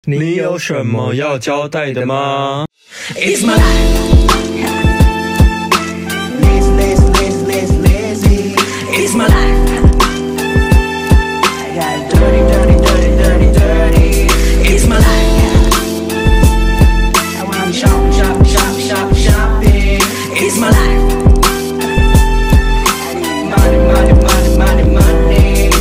你有什么要交代的吗？ It's my life. Lazy. It's my life. I got dirty. It's my life. I wanna shopping. It's my life. I need money.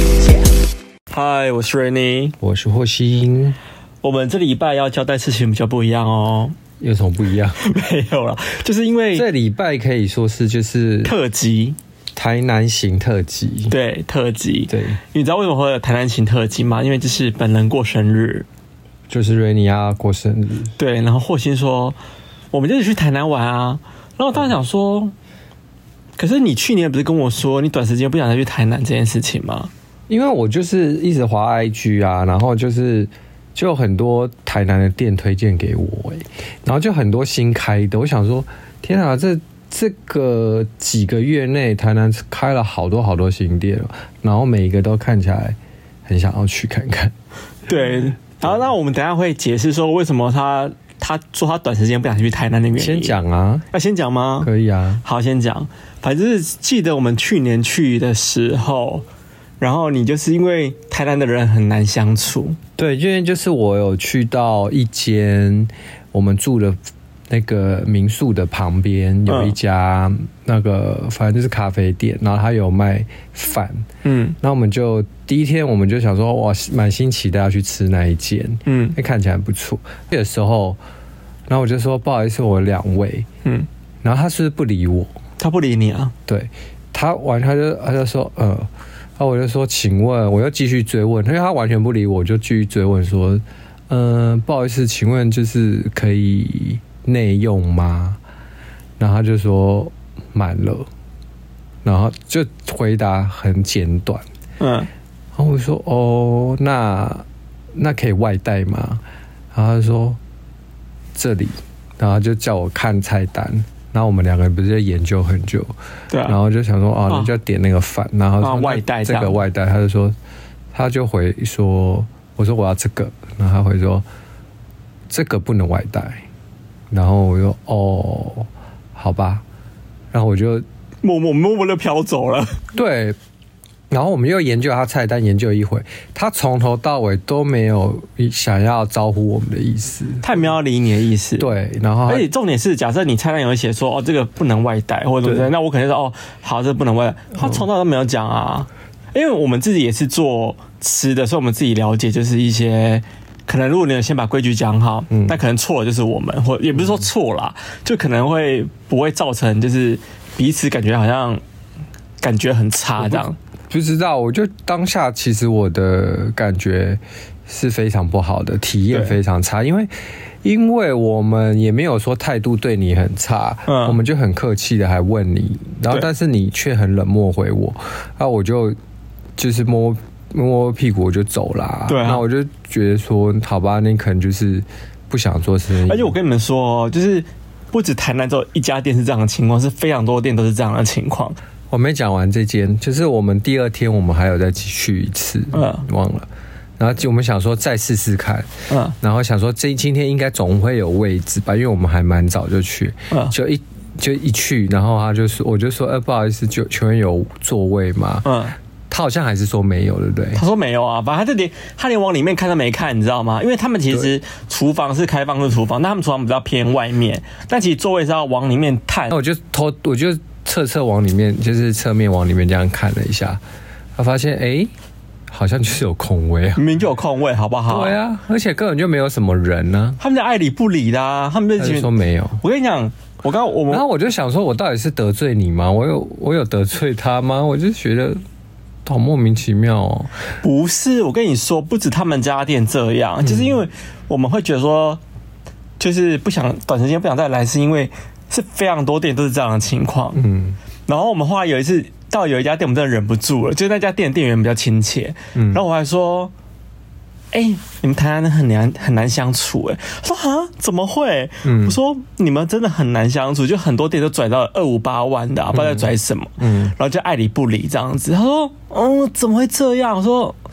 Hi， 我是瑞妮， 我是霍希。 我们这礼拜要交代事情比较不一样哦。 有什么不一样？ 没有啦，就是因为这礼拜可以说是就是特辑， 台南行特辑。 对，特辑。 对， 你知道为什么会有台南行特辑吗？因为这是本人过生日， 就是瑞尼亚过生日。 对，然后霍心说，我们就去台南玩啊。然后我当时想说，可是你去年不是跟我说，你短时间不想再去台南这件事情吗？ 因为我就是一直滑 IG 啊，然后就很多台南的店推荐给我然后就很多新开的，我想说，天啊，这个几个月内台南开了好多新店，然后每一个都看起来很想要去看看。 对，然后那我们等一下会解释说为什么他说他短时间不想去台南的原因。 先讲啊， 要先讲吗？ 可以啊。 好，先讲。反正就是记得我们去年去的时候，然后你就是因为台南的人很难相处。 对，因为就是我有去到一间我们住的那个民宿的旁边有一家那个反正就是咖啡店，然后他有卖饭，那我们就第一天我们就想说哇，满心期待要去吃那一间，那看起来不错。那个时候，然后我就说不好意思，我2位，然后他是不是不理我？ 他不理你啊？ 对，他就说然后我就说，请问，我又继续追问，因为他完全不理我，就继续追问说，不好意思，请问就是可以内用吗？然后他就说满了，然后就回答很简短，然后我说哦，那可以外带吗？然后他说这里，然后就叫我看菜单。然后我们2个人不是在研究很久，对、然后就想说你就点那个饭，然后说外带这个外带，他就回说，我说我要这个，然后他回说这个不能外带，然后我就好吧，然后我就默默的飘走了， 对。然后我们又研究他菜单，研究一回，他从头到尾都没有想要招呼我们的意思， 他没有理你的意思。 对，然后而且重点是，假设你菜单有写说这个不能外带或者怎么样，那我可能说好，这不能外带。他从头都没有讲啊，因为我们自己也是做吃的，所以我们自己了解，就是一些可能如果你有先把规矩讲好，那可能错的就是我们，或也不是说错啦，就可能不会造成就是彼此感觉好像感觉很差这样。 不知道，我就当下其实我的感觉是非常不好的，体验非常差，因为我们也没有说态度对你很差，我们就很客气的还问你，然后但是你却很冷漠回我，然后我就是摸屁股我就走啦，对、那我就觉得说好吧，你可能就是不想做生意。 而且我跟你们说就是不止台南只有一家店是这样的情况，是非常多店都是这样的情况。 我没讲完这间，就是我们第2天我们还有再去一次，忘了。然后我们想说再试试看，然后想说今天应该总会有位置吧，因为我们还蛮早就去，就一去，然后我就说不好意思，请问有座位吗？他好像还是说没有，对不对？ 他说没有啊，反正他连往里面看都没看，你知道吗？因为他们其实厨房是开放式厨房，但他们厨房比较偏外面，但其实座位是要往里面探。 那我就侧往里面，就是侧面往里面这样看了一下，他发现好像就是有空位啊， 明明就有空位，好不好？ 对啊，而且根本就没有什么人呢。 他们在爱理不理的啊，他们就说没有。 我跟你讲，然后我就想说，我到底是得罪你吗？我有得罪他吗？我就觉得好莫名其妙哦。 不是，我跟你说，不止他们家店这样，就是因为我们会觉得说，就是短时间不想再来，是因为是非常多店都是这样的情况。然后我们后来有一次到有一家店，我们真的忍不住了，就是那家店的店员比较亲切，然后我还说，你们台南人很难相处，说怎么会？我说你们真的很难相处，就很多店都拽到258万的，不知道在拽什么，然后就爱理不理这样子。他说怎么会这样？我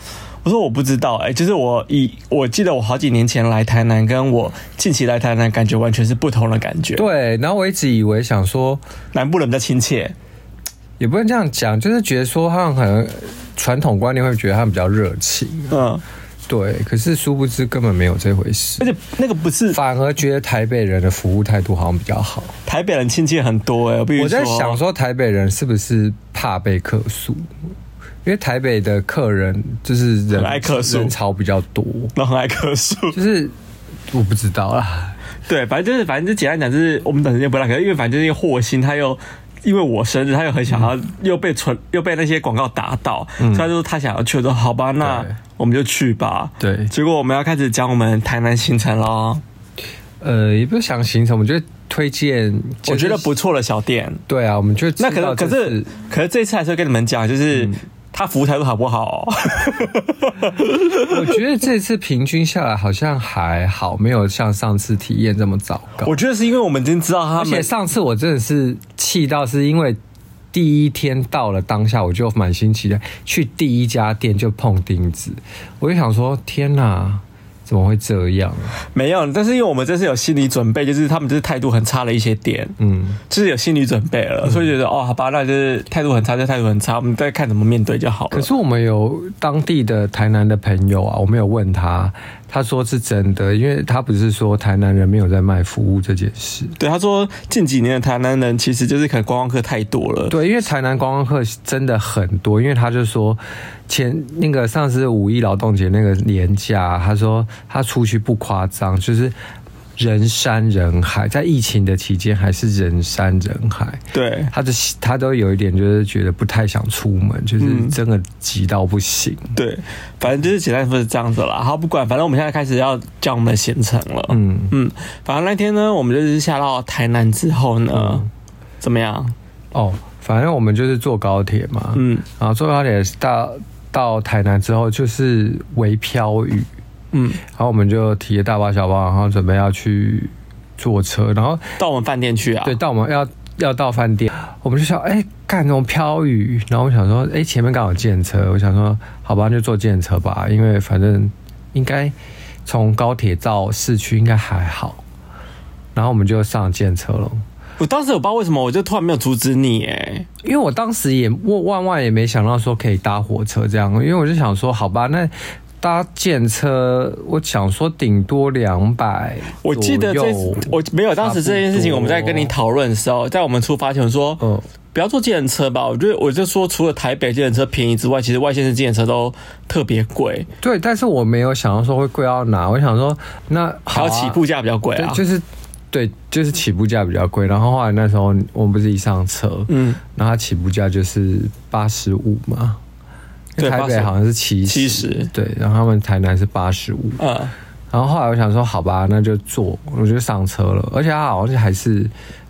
我说我不知道就是我记得我好几年前来台南，跟我近期来台南感觉完全是不同的感觉。 对，然后我一直以为想说南部人比较亲切， 也不能这样讲，就是觉得说他们可能传统观念会觉得他们比较热情，对，可是殊不知根本没有这回事， 而且那个不是， 反而觉得台北人的服务态度好像比较好。 台北人亲切很多我在想说台北人是不是怕被客诉？因为台北的客人就是人爱客诉， 人潮比较多， 然后很爱客诉， 就是我不知道啦。 对，反正就简单讲，就是我们短时间不来，可是因为反正就是霍心他又。因为我生日，他又很想要，又被那些广告打到，所以他就说他想要去，我说好吧，那我们就去吧。 对， 结果我们要开始讲我们台南行程咯。 也不是想行程，我们就推荐， 我觉得不错的小店。 对啊，我们就那可是这次还是会跟你们讲，就是他服务态度好不好？ 我觉得这次平均下来好像还好，没有像上次体验这么糟糕。 我觉得是因为我们已经知道他们， 而且上次我真的是气到，是因为第一天到了当下，我就满心期待去第一家店就碰钉子，我就想说天哪！怎么会这样？ 没有，但是因为我们这次有心理准备，就是他们就是态度很差的一些店，就是有心理准备了，所以觉得好吧，那就是态度很差就态度很差，我们再看怎么面对就好了。 可是我们有当地的台南的朋友啊，我们有问他，他说是真的，因为他不是说台南人没有在卖服务这件事。 对，他说近几年的台南人其实就是可能观光客太多了。 对，因为台南观光客真的很多，因为他就说那个上次五一劳动节那个连假，他说他出去不夸张，就是人山人海，在疫情的期间还是人山人海。 对， 他都有一点就是觉得不太想出门，就是真的急到不行。 对，反正就是简单说是这样子啦。好，不管，反正我们现在开始要讲我们的行程了。反正那天呢，我们就是下到台南之后呢，怎么样？ 反正我们就是坐高铁嘛，然后坐高铁到台南之后就是微飘雨，然后我们就提着大包小包，然后准备要去坐车，然后到我们饭店去啊。 对，到我们要到饭店，我们就想干那种飘雨，然后我想说前面刚好计程车，我想说好吧，就坐计程车吧，因为反正应该从高铁到市区应该还好，然后我们就上计程车了。 我当时我不知道为什么，我就突然没有阻止你因为我当时也万万也没想到说可以搭火车这样，因为我就想说好吧，那搭计程车，我想说顶多200。 我记得我没有当时这件事情，我们在跟你讨论的时候，在我们出发前说，不要坐计程车吧。我就说，除了台北计程车便宜之外，其实外县市计程车都特别贵。 对，但是我没有想到说会贵到哪，我想说那还有起步价比较贵啊， 就是起步价比较贵，然后后来那时候我们不是一上车，然后它起步价就是85嘛， 对， 台北好像是70，对，然后他们台南是85，然后后来我想说好吧，那就坐，我就上车了，而且它好像还是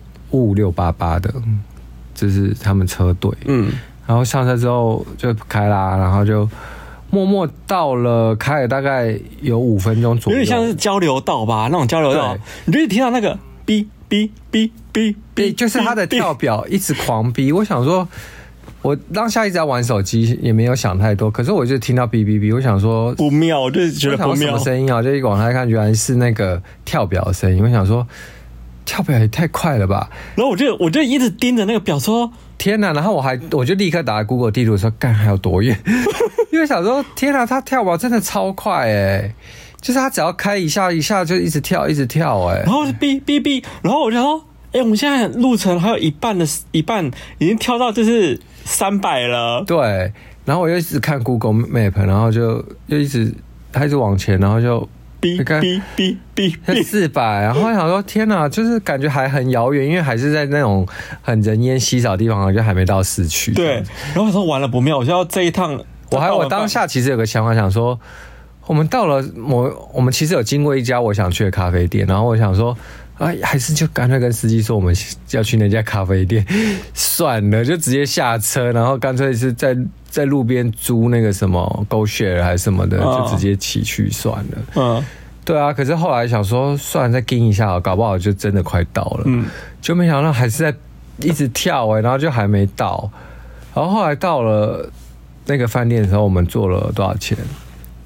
55688的，就是他们车队，然后上车之后就开啦，然后就默默到了，开了大概有5分钟左右， 有点像是交流道吧，那种交流道，你就听到那个哔哔哔哔哔， 就是他的跳表一直狂哔。我想说，我当下一直在玩手机，也没有想太多，可是我就听到哔哔哔，我想说不妙，我就觉得不妙， 什么声音啊？就一往下看，原来是那个跳表的声音。我想说，跳表也太快了吧！ 然后我就一直盯着那个表说。 天哪！然后我就立刻打开 Google 地图说，干还有多远？因为想说，天哪，他跳表真的超快就是他只要开一下就一直跳然后就哔哔哔，然后我就说，我们现在路程还有一半已经跳到就是300了。 对，然后我就一直看 Google Map， 然后就他一直往前，然后就。 哔哔哔哔 400，然后想说天哪，就是感觉还很遥远，因为还是在那种很人烟稀少的地方，好像还没到市区。 对，然后我说完了不妙，我就要这一趟。 我当下其实有个想法，想说我们到了我们其实有经过一家我想去的咖啡店，然后我想说。还是就干脆跟司机说我们要去那家咖啡店，算了，就直接下车，然后干脆是在路边租那个什么 GoShare 还是什么的，就直接骑去算了。对啊，可是后来想说，算了，再盯一下，搞不好就真的快到了。就没想到还是在一直跳然后就还没到，然后后来到了那个饭店的时候，我们坐了多少钱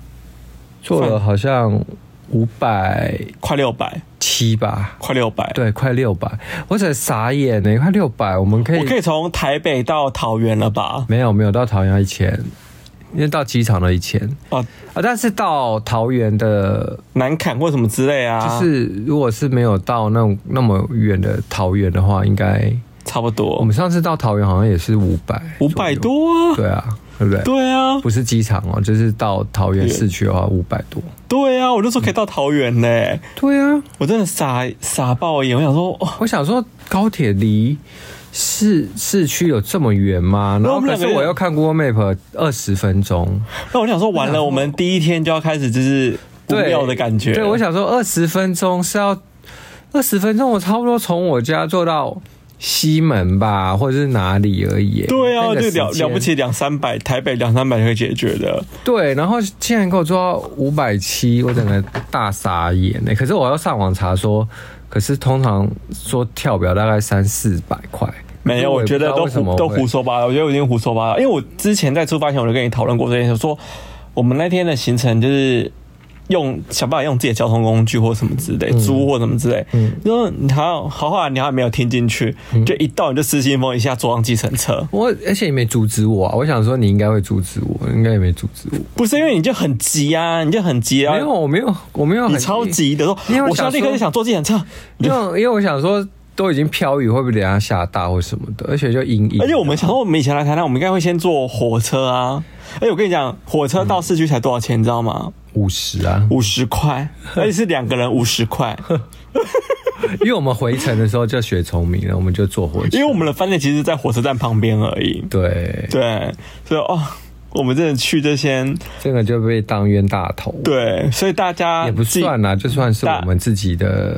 坐了好像500 快600 吧， 快600， 对，快600，我真的傻眼呢，快600，我们可以从台北到桃园了吧？ 没有到桃园1000，因为到机场的1000但是到桃园的南坎或什么之类啊， 就是如果是没有到那么远的桃园的话，应该差不多。 我们上次到桃园好像也是 500多， 对啊，对不对？ 对啊， 不是机场哦，就是到桃园市区的话500多。 对啊，我就说可以到桃园嘞。 对啊， 我真的傻爆眼， 我想说高铁离市区有这么远吗？然后可是我又看 Google Map 20分钟。 那我想说完了，我们第一天就要开始就是不妙的感觉。 对，我想说20分钟是要20分钟，我差不多从我家坐到西门吧，或者是哪里而已。 对啊，就了不起200-300，台北200-300可以解决的。 对，然后竟然给我做到570，我整个大傻眼可是我要上网查说，可是通常说跳表大概300-400块。 没有，我觉得都胡说八道。我觉得我已经胡说八道，因为我之前在出发前我就跟你讨论过这件事，说我们那天的行程就是想办法用自己的交通工具或什么之类，租或什么之类。就说你后来你还没有听进去，就一到你就失心疯，一下坐上计程车。 而且你没阻止我啊！我想说你应该会阻止我，应该也没阻止我。 不是因为你就很急啊，没有， 我没有， 你超急的说，我现在立刻就想坐计程车。 因为我想说。都已经飘雨，会不会等一下下大或什么的？而且就阴。 而且我们想说，我们以前来台南，我们应该会先坐火车啊。而且我跟你讲，火车到市区才多少钱，你知道吗 ？50啊 ，50块，而且是2个人50块。 因为我们回程的时候就学聪明了，我们就坐火车。 因为我们的饭店其实在火车站旁边而已。 对， 所以我们真的去这个就被当冤大头。 对，所以大家也不算啦，就算是我们自己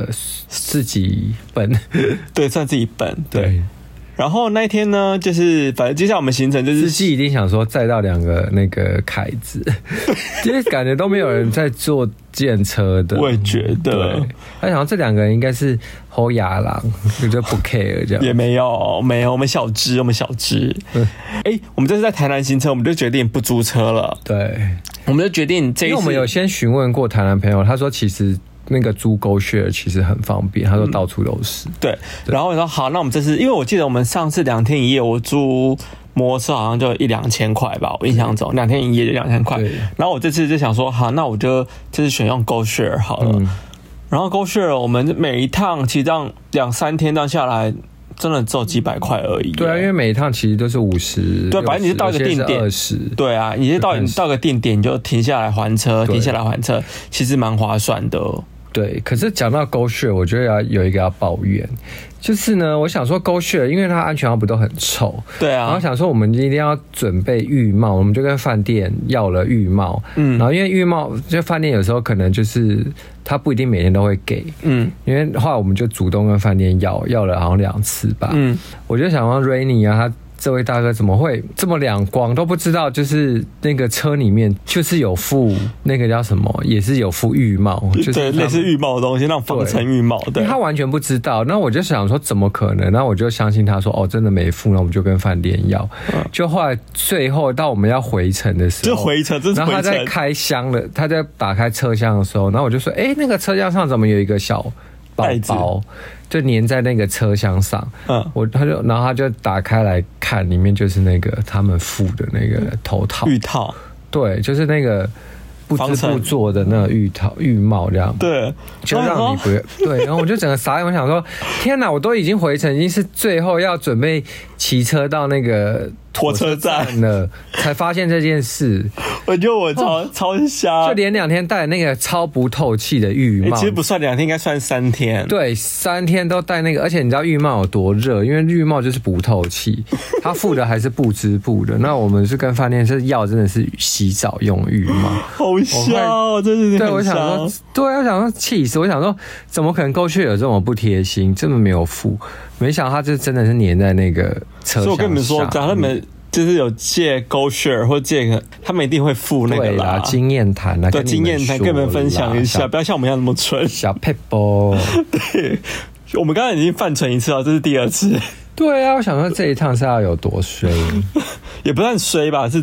本， 对，算自己本。对。然后那一天呢，就是反正接下来我们行程就是司机一定想说载到2个那个凯子，因为感觉都没有人在坐电车的。 我也觉得， 他想这2个人应该是侯亚郎，就不 care 这样。 也没有，我们小只。我们这次在台南行程，我们就决定不租车了。 对， 我们就决定这一次， 因为我们有先询问过台南朋友，他说其实。那个租GoShare其实很方便，他说到处都是。对， 然后我说好，那我们这次，因为我记得我们上次2天1夜，我租摩托车好像就1-2千块吧，我印象中2天1夜就2000块。然后我这次就想说，好，那我就这次选用GoShare好了。然后GoShare我们每一趟其实这样2-3天这样下来，真的只有几百块而已。 对啊，因为每一趟其实都是50。 对，反正你是到一个定点 20。 对啊，你到个定点你就停下来还车，其实蛮划算的。 对，可是讲到GoShare，我觉得有一个要抱怨，就是呢，我想说GoShare，因为它安全号不都很臭， 对啊， 然后想说我们一定要准备浴帽，我们就跟饭店要了浴帽，然后因为浴帽就饭店有时候可能就是它不一定每天都会给，因为后来我们就主动跟饭店要了好像2次吧，我就想说 Rainy 啊，他。这位大哥怎么会这么两光都不知道？就是那个车里面就是有附那个叫什么，也是有附浴帽，就是类似浴帽的东西，那种防尘浴帽。对， 他完全不知道。那我就想说，怎么可能？那我就相信他说，哦，真的没附。那我们就跟饭店要。就后来最后到我们要回程的时候，然后他在开箱了，他在打开车厢的时候，然后我就说，那个车厢上怎么有一个小包包？就粘在那个车厢上，然后他就打开来看，里面就是那个他们附的那个头套、 浴套， 对，就是那个不织布做的那个浴帽这样， 对， 就让你不要对。然后我就整个傻眼，我想说，天哪，我都已经回程，已经是最后要准备骑车到那个火车站了，才发现这件事。 我觉得我超瞎， 就连2天戴那个超不透气的浴帽， 其实不算2天，应该算3天。 对，3天都戴那个，而且你知道浴帽有多热？因为浴帽就是不透气，它附的还是不织布的。那我们是跟饭店是要真的是洗澡用浴帽， 好笑，真的。 对，我想说，对，我想说气死，我想说怎么可能GoShare有这么不贴心，这么没有附？没想到他就真的是粘在那个车厢上。所以我跟你们说，假如他们就是有借GoShare或借他们一定会付那个啦， 经验谈啦， 对，经验谈跟你们分享一下，不要像我们一样那么蠢。 小撇步， 对，我们刚才已经犯蠢1次了，这是第2次。 对啊，我想说这一趟是要有多衰， 也不算衰吧，是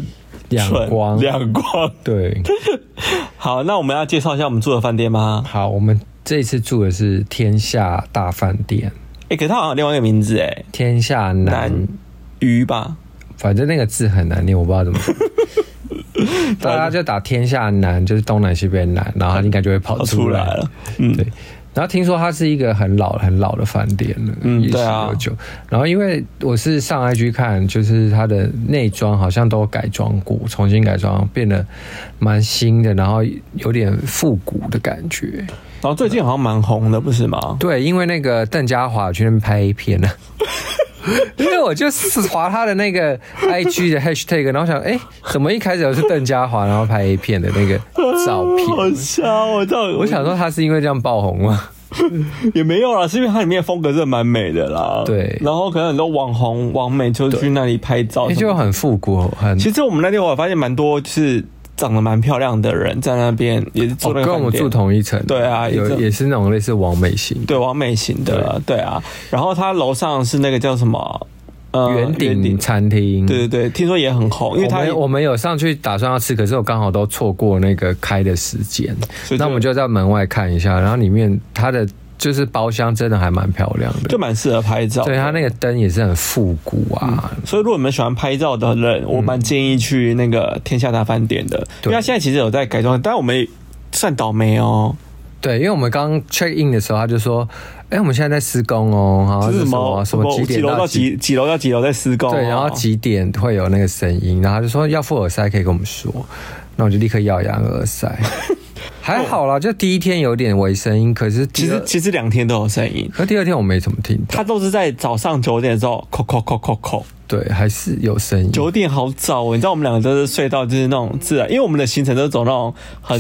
两光， 两光。 对。 好，那我们要介绍一下我们住的饭店吗？ 好，我们这一次住的是天下大饭店。 可是它好像有另外一个名字天下南鱼吧， 反正那个字很难念，我不知道怎么说。大家就打天下南，就是东南西北南，然后它应该就会跑出来了。 对。然后听说它是一个很老的饭店了， 对啊。 然后因为我是上 IG 看，就是它的内装好像都改装过，重新改装，变得蛮新的，然后有点复古的感觉。 然后最近好像蛮红的，不是吗？ 对，因为那个邓家华去那边拍 A 片了。因为我就滑他的那个 IG 的 hashtag， 然后想，怎么一开始我是邓家华，然后拍 A 片的那个照片？ 好笑， 我想说他是因为这样爆红吗？ 也没有啦，是因为它里面的风格真的蛮美的啦。 对， 然后可能很多网红、网美就去那里拍照， 就很复古。 其实我们那天我发现蛮多就是长得蛮漂亮的人在那边，也是住那个饭店， 跟我们住同一层。 对啊， 也是那种类似网美型， 对，网美型的，对啊。然后它楼上是那个叫什么？ 圆顶餐厅。 对对对，听说也很红，因为我们有上去打算要吃，可是我刚好都错过那个开的时间，那我们就在门外看一下，然后里面它的就是包厢真的还蛮漂亮的， 就蛮适合拍照。 对，它那个灯也是很复古啊， 所以如果你们喜欢拍照的人，我蛮建议去那个天下大饭店的，因为它现在其实有在改装，但我们算倒霉哦。 对，因为我们刚 check in 的时候，他就说：“我们现在在施工哦，好像是什么几点到几楼在施工？” 对，然后几点会有那个声音，然后他就说要附耳塞可以跟我们说，那我就立刻咬牙耳塞。还好啦，就第一天有点微声音，可是其实2天都有声音， 可第二天我没怎么听到， 他都是在早上9点的时候，扣。 对，还是有声音。 9点好早你知道我们两个都是睡到就是那种自然，因为我们的行程都是走那种很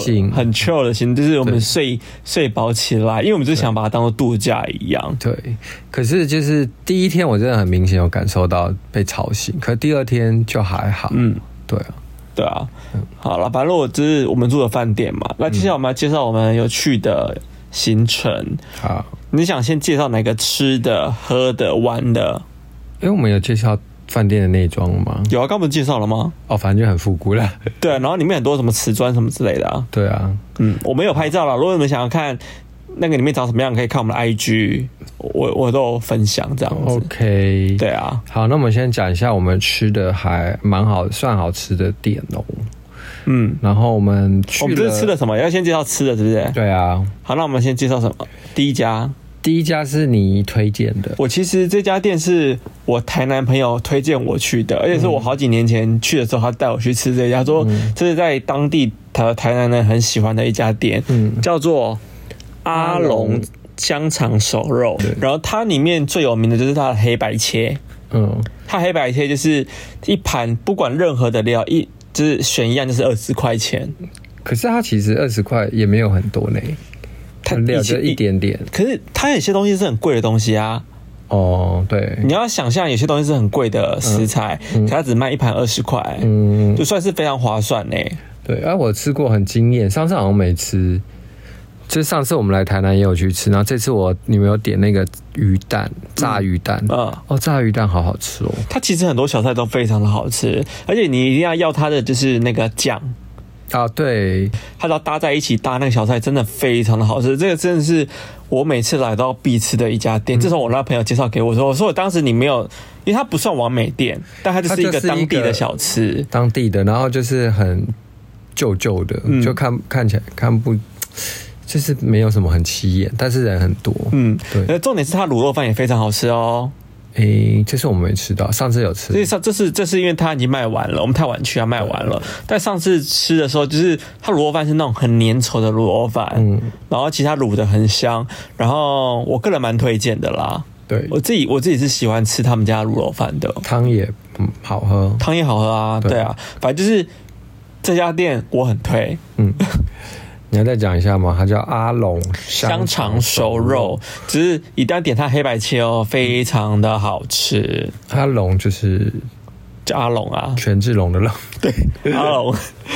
chill 的行程，就是我们睡饱起来，因为我们就想把它当做度假一样。 对，可是就是第一天我真的很明显有感受到被吵醒，可第二天就还好。对啊。好了，反正就是我们住的饭店嘛。那接下来我们要介绍我们有趣的行程。 好， 你想先介绍哪个吃的、喝的、玩的？ 我们有介绍饭店的内装吗？ 有啊，刚不是介绍了吗？ 反正就很复古了。 对啊，然后里面很多什么瓷砖什么之类的啊。 对啊， 我们有拍照了。如果你们想要看那个里面长什么样，可以看我们的 IG， 我都有分享这样子。 OK， 对啊。 好，那我们先讲一下我们吃的还蛮好，算好吃的店哦。然后我们去了， 我们这是吃的什么？要先介绍吃的，是不是？ 对啊。 好，那我们先介绍什么？第一家是你推荐的。 我其实这家店是我台南朋友推荐我去的，而且是我好几年前去的时候，他带我去吃这家，说这是在当地台南人很喜欢的一家店，叫做阿龙香肠手肉。然后它里面最有名的就是它的黑白切，它黑白切就是一盘不管任何的料，就是选一样就是20块钱。 可是它其实20块也没有很多呢。它料就一点点， 可是它有些东西是很贵的东西啊。 对， 你要想象有些东西是很贵的食材，可它只卖一盘20块，就算是非常划算呢。 对，我吃过很惊艳，上次好像没吃，就是上次我们来台南也有去吃，然后这次你们有点那个鱼蛋，炸鱼蛋，炸鱼蛋好好吃哦。 它其实很多小菜都非常的好吃，而且你一定要它的就是那个酱。 对， 它只要搭在一起搭那个小菜，真的非常的好吃。这个真的是我每次来都必吃的一家店。这是我那朋友介绍给我说，我说我当时你没有，因为它不算网美店，但它就是一个当地的小吃， 当地的，然后就是很旧的，就看起来看不，就是没有什么很起眼，但是人很多。 对。重点是它卤肉饭也非常好吃哦。 这是我们没吃到，上次有吃。 这是因为它已经卖完了，我们太晚去，它卖完了。但上次吃的时候，就是它卤肉饭是那种很粘稠的卤肉饭，然后其实它卤的很香，然后我个人蛮推荐的啦。 对， 我自己是喜欢吃他们家的卤肉饭的， 汤也好喝， 汤也好喝啊。对啊，反正就是这家店我很推。 你要再讲一下吗？它叫阿龙香肠熟肉，只是一定要点它黑白切哦，非常的好吃。 阿龙就是叫阿龙啊， 权志龙的龙。 对，阿龙。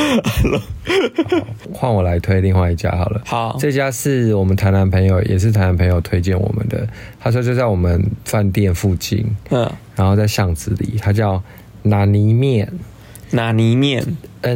换我来推另外一家好了。 好， 这家是我们台南朋友，也是台南朋友推荐我们的。他说就在我们饭店附近，然后在巷子里，它叫拿泥面。 拿泥面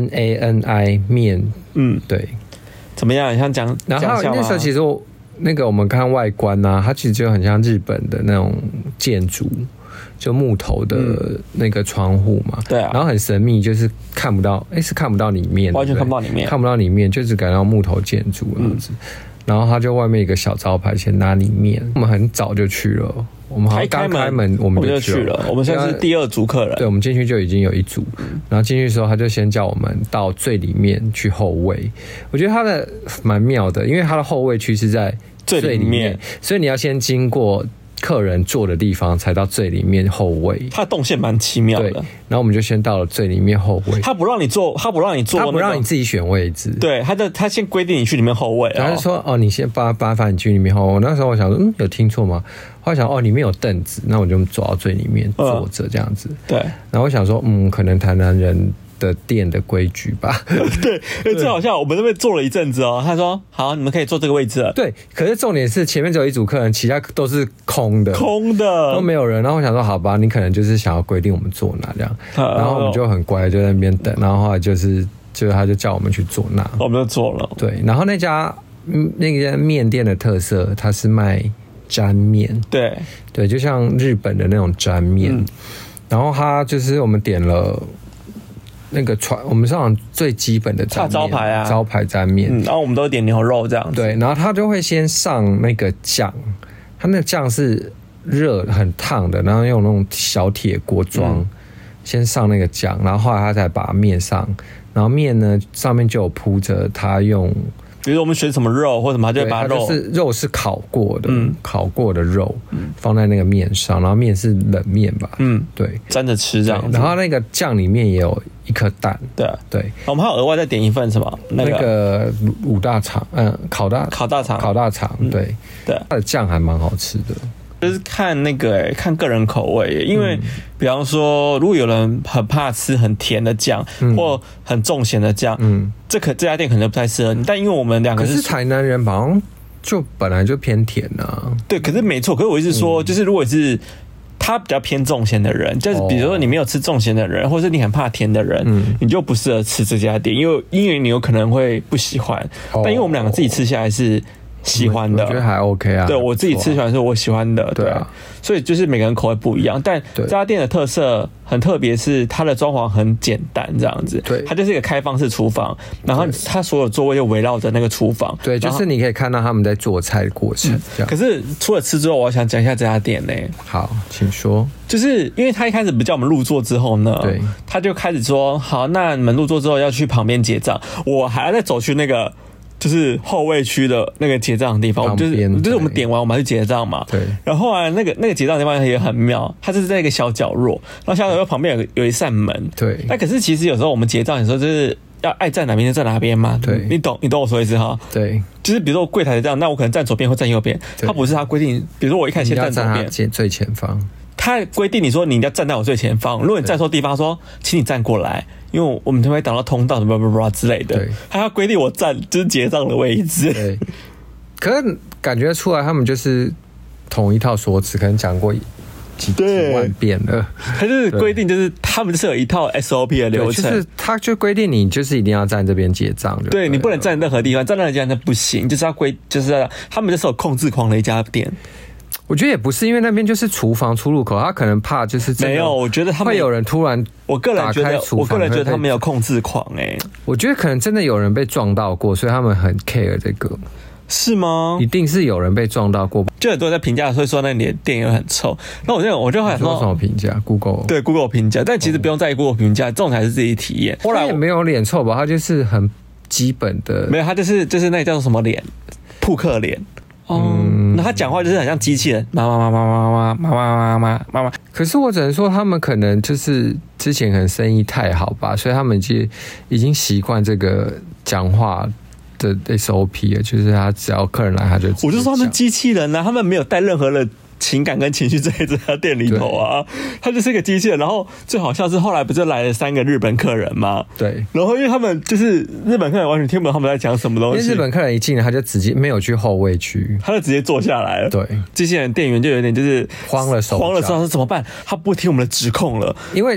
NANI 面，对， 怎么样？像讲， 然后讲那时候其实我们看外观啊，它其实就很像日本的那种建筑。就木头的那个窗户嘛， 对啊， 然后很神秘，就是看不到，是看不到里面， 完全看不到里面， 看不到里面，就只感到木头建筑这样子。然后它就外面一个小招牌，先拿里面。我们很早就去了，我们好像刚开门我们就去了， 我们算是第二组客人。 对，我们进去就已经有一组，然后进去的时候他就先叫我们到最里面去后位。我觉得它的蛮妙的，因为它的后位区是在最里面，所以你要先经过客人坐的地方才到最里面后位， 它的动线蛮奇妙的。 然后我们就先到了最里面后位， 他不让你坐，他不让你自己选位置。 对，他先规定你去里面后位， 然后就说你先麻烦你去里面后位。那时候我想说，有听错吗？后来想里面有凳子，那我就走到最里面坐着这样子。 对， 然后我想说，可能台南人的店的规矩吧。 对，最好像我们那边坐了一阵子他说好，你们可以坐这个位置了。 对，可是重点是前面只有一组客人，其他都是空的都没有人。然后我想说好吧，你可能就是想要规定我们坐哪这样，然后我们就很乖就在那边等，然后后来就是他就叫我们去坐那， 我们就坐了。 对，然后那家面店的特色，它是卖沾面。对，就像日本的那种沾面。然后它就是我们点了那个我们上最基本的沾面， 招牌啊， 招牌沾面。 然后我们都点牛肉这样子。 对，然后他就会先上那个酱，他那个酱是热很烫的，然后用那种小铁锅装，先上那个酱，然后后来他才把面上，然后面呢上面就有铺着他用。 比如说我们选什么肉或什么，他就会把肉是烤过的，烤过的肉放在那个面上，然后面是冷面吧，对， 沾着吃这样子。 然后那个酱里面也有一颗蛋，对。 我们还有额外再点一份什么？那个五大肠，烤大肠，对，它的酱还蛮好吃的。 就是看看个人口味，因为比方说，如果有人很怕吃很甜的酱，或很重咸的酱，这家店可能不太适合你。但因为我们两个是台南人，好像就本来就偏甜啊。 对，可是没错。可是我一直说，就是如果是他比较偏重咸的人，就是比如说你没有吃重咸的人，或者你很怕甜的人，你就不适合吃这家店，因为你有可能会不喜欢。但因为我们两个自己吃下来是喜欢的， 我觉得还 OK 啊。 对，我自己吃起来是我喜欢的，对啊。所以就是每个人口味不一样，但这家店的特色很特别，是它的装潢很简单，这样子。 对， 它就是一个开放式厨房，然后它所有座位又围绕着那个厨房。 对，就是你可以看到他们在做菜的过程。 可是除了吃之后，我想讲一下这家店呢。 好，请说。 就是因为他一开始不叫我们入座之后呢，对，他就开始说好，那你们入座之后要去旁边结账，我还要再走去那个。就是后卫区的那个结账的地方，就是我们点完我们还去结账嘛。 对。 然后后来那个结账的地方也很妙，它就是在一个小角落，然后小角落旁边有一扇门。 对。 那可是其实有时候我们结账，有时候就是要爱站哪边就站哪边嘛。 对。 你懂我说意思哈？ 对。 就是比如说柜台这样，那我可能站左边或站右边，它不是它规定，比如说我一开始先站左边， 最前方。 他规定你说你一定要站在我最前方，如果你站错地方，说请你站过来，因为我们就会挡到通道什么之类的。他要规定我站就是结账的位置。 对，可是感觉出来他们就是同一套说辞，可能讲过几万遍了。 他就是规定，就是他们就是有一套 SOP 的流程， 就是他就规定你就是一定要站这边结账。 对，你不能站任何地方，站任何地方那不行，就是就是他们就是有控制狂的一家店。 我觉得也不是，因为那边就是厨房出入口，他可能怕就是没有。我觉得他们会有人突然， 我个人觉得他们有控制狂我觉得可能真的有人被撞到过，所以他们很 care 这个。 是吗？ 一定是有人被撞到过， 就很多人在评价，所以说那里的店也很臭。那我就想说什么评价 ？Google 对 Google 评价，但其实不用在意 Google 评价，这种才是自己体验。 后来也没有脸臭吧，他就是很基本的， 没有，他就是那个叫做什么脸，扑克脸。那他讲话就是很像机器人，妈。 可是我只能说，他们可能就是之前可能生意太好吧，所以他们已经习惯这个讲话的 SOP 了，就是他只要客人来，他就我就说他们机器人啊，他们没有带任何的情感跟情绪在这家店里头啊，他就是一个机器人。然后最好笑是后来不就来了3个日本客人吗？ 对。 然后因为他们就是日本客人完全听不懂他们在讲什么东西， 因为日本客人一进来他就直接没有去后卫区， 他就直接坐下来了。 对。 机器人店员就有点就是慌了手说怎么办？他不听我们的指控了， 因为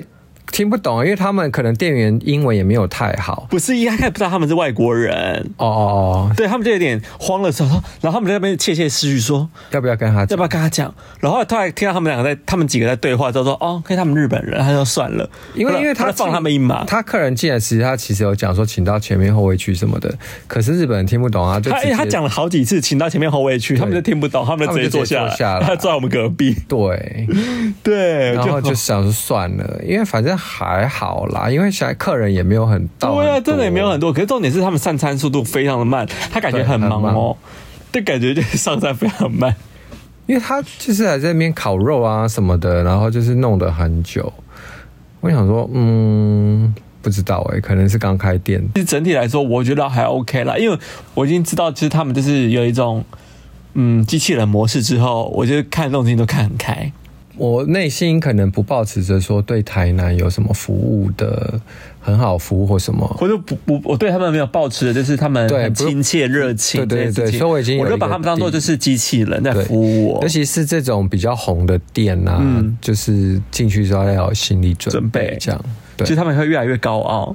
听不懂，因为他们可能店员英文也没有太好。 不是，一开始不知道他们是外国人。 哦， 对他们就有点慌了，然后他们在那边窃窃私语说要不要跟他讲？然后他还听到他们几个在对话之后说哦，可以他们日本人，他就算了，因为他放他们一马。 他客人进来时，他其实有讲说请到前面后卫区什么的，可是日本人听不懂啊，就他讲了好几次请到前面后卫区，他们就听不懂，他们就直接坐下来，他坐在我们隔壁。对， 然后就想说算了，因为反正还好啦，因为现在客人也没有很到。 对啊，真的也没有很多。可是重点是他们上餐速度非常的慢，他感觉很忙哦，对，感觉就是上餐非常慢， 因为他就是还在那边烤肉啊什么的，然后就是弄得很久。我想说，不知道可能是刚开店。 其实整体来说，我觉得还 OK 啦，因为我已经知道，其实他们就是有一种机器人模式之后，我觉得看东西都看很开。 我内心可能不抱持着说对台南有什么服务的很好服务或什么， 或者我对他们没有抱持的就是他们很亲切热情， 对，所以我就把他们当作就是机器人在服务我。 尤其是这种比较红的店啊，就是进去之后要有心理准备，这样， 其实他们会越来越高傲。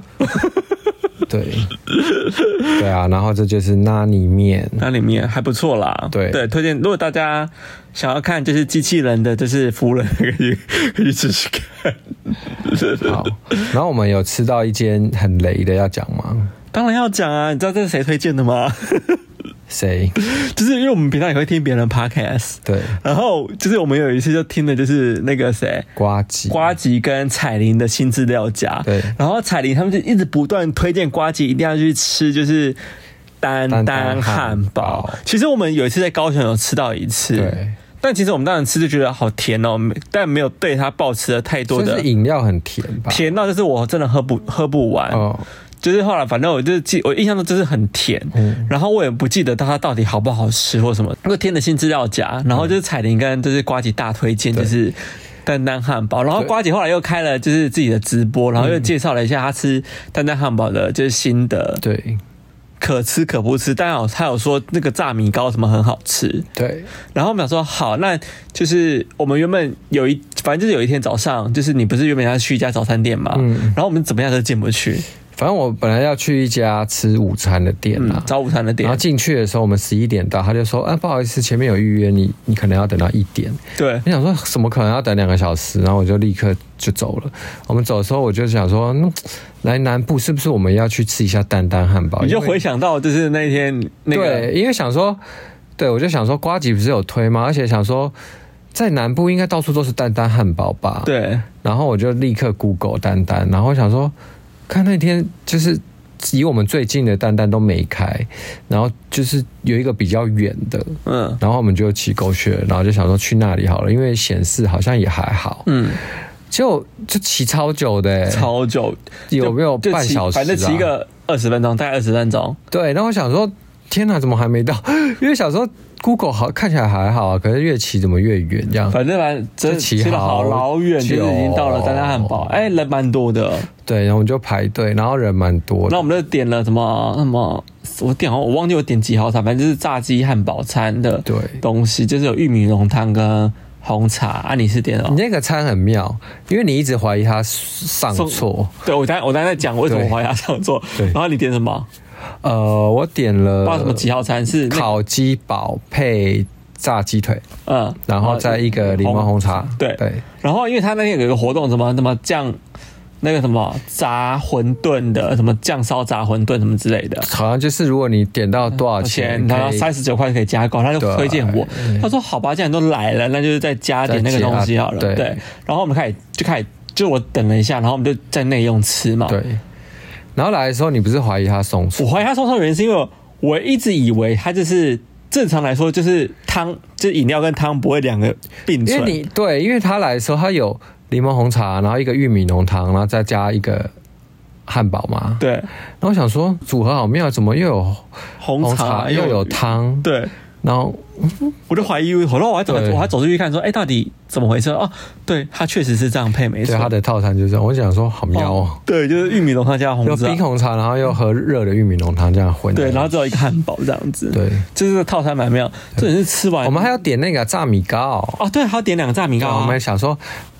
对啊，然后这就是那里面还不错啦。对，推荐如果大家想要看就是机器人的，就是服务人可以试试看。 好，然后我们有吃到一间很雷的，要讲吗？ 当然要讲啊！你知道这是谁推荐的吗？ 谁？ 就是因为我们平常也会听别人的 podcast， 对。然后就是我们有一次就听的就是那个谁， 呱吉跟彩玲的新资料夹， 对。 然后彩玲他们就一直不断推荐呱吉一定要去吃，就是丹丹汉堡。其实我们有一次在高雄有吃到一次， 对。 但其实我们当时吃就觉得好甜哦，但没有对它抱持了太多的。 就是饮料很甜吧？ 甜到就是我真的喝不完。哦。就是后来，反正我印象中就是很甜，然后我也不记得它到底好不好吃或什么。那个天的新资料夹，然后就是彩玲跟就是呱吉大推荐，就是丹丹汉堡。然后呱吉后来又开了就是自己的直播，然后又介绍了一下他吃丹丹汉堡的就是心得， 对， 可吃可不吃。当然他有说那个炸米糕什么很好吃， 对。 然后我们想说好，那就是我们原本反正就是有一天早上，就是你不是原本要去一家早餐店嘛，然后我们怎么样都进不去。 反正我本来要去一家吃午餐的店啦， 找午餐的店。 然后进去的时候，我们11点到，他就说：“不好意思，前面有预约，你可能要等到1点。” 对， 我想说怎么可能要等2个小时？然后我就立刻就走了。我们走的时候，我就想说，来南部是不是我们要去吃一下丹丹汉堡？ 你就回想到就是那天对，因为想说，对我就想说，呱吉不是有推吗？而且想说，在南部应该到处都是丹丹汉堡吧？ 对。 然后我就立刻 Google 丹丹，然后想说。看那天就是离我们最近的丹丹都没开，然后就是有一个比较远的，然后我们就骑过去了，然后就想说去那里好了，因为显示好像也还好，就骑超久的，超久，有没有半小时？ 反正骑个20分钟，大概20分钟。 对，然后我想说，天哪，怎么还没到？因为想说 Google 看起来还好啊，可是越骑怎么越远这样。 反正真骑了好老远，就是已经到了丹丹汉堡，人蛮多的。 对，然后我们就排队，然后人蛮多的。 那我们就点了什么？我忘记我点几号餐，反正就是炸鸡汉堡餐的东西，就是有玉米浓汤跟红茶。你是点了？ 你那个餐很妙，因为你一直怀疑他上错。 对，我刚才在讲为什么怀疑他上错。然后你点什么？ 我点了不知道什么几号餐是烤鸡堡配炸鸡腿，然后再一个柠檬红茶。 对。然后因为他那天有一个活动，什么酱。那个什么炸馄饨的，什么酱烧炸馄饨什么之类的， 好像就是如果你点到多少钱， 然后39块可以加购，他就推荐我，他说好吧，既然都来了，那就是再加点那个东西好了。对，然后我们开始就我等了一下，然后我们就在内用吃嘛。 对，然后来的时候你不是怀疑他送错？ 我怀疑他送错原因是因为我一直以为他就是正常来说就是汤，就是饮料跟汤不会两个并存。 因为他来的时候他有柠檬红茶，然后一个玉米浓汤，然后再加一个汉堡嘛。 对。 然后我想说组合好妙，怎么又有红茶又有汤？ 对。 然后我就怀疑，后来我还走出去看说，到底怎么回事？哦，对，它确实是这样配，没错。 对，它的套餐就是这样。我想说好妙哦。 对，就是玉米浓汤加红茶， 有冰红茶，然后又喝热的玉米浓汤这样混。 对，然后只有一个汉堡这样子。 对， 就是套餐蛮妙。这也是吃完， 我们还要点那个炸米糕。 哦，对，还要点2个炸米糕。 我们想说，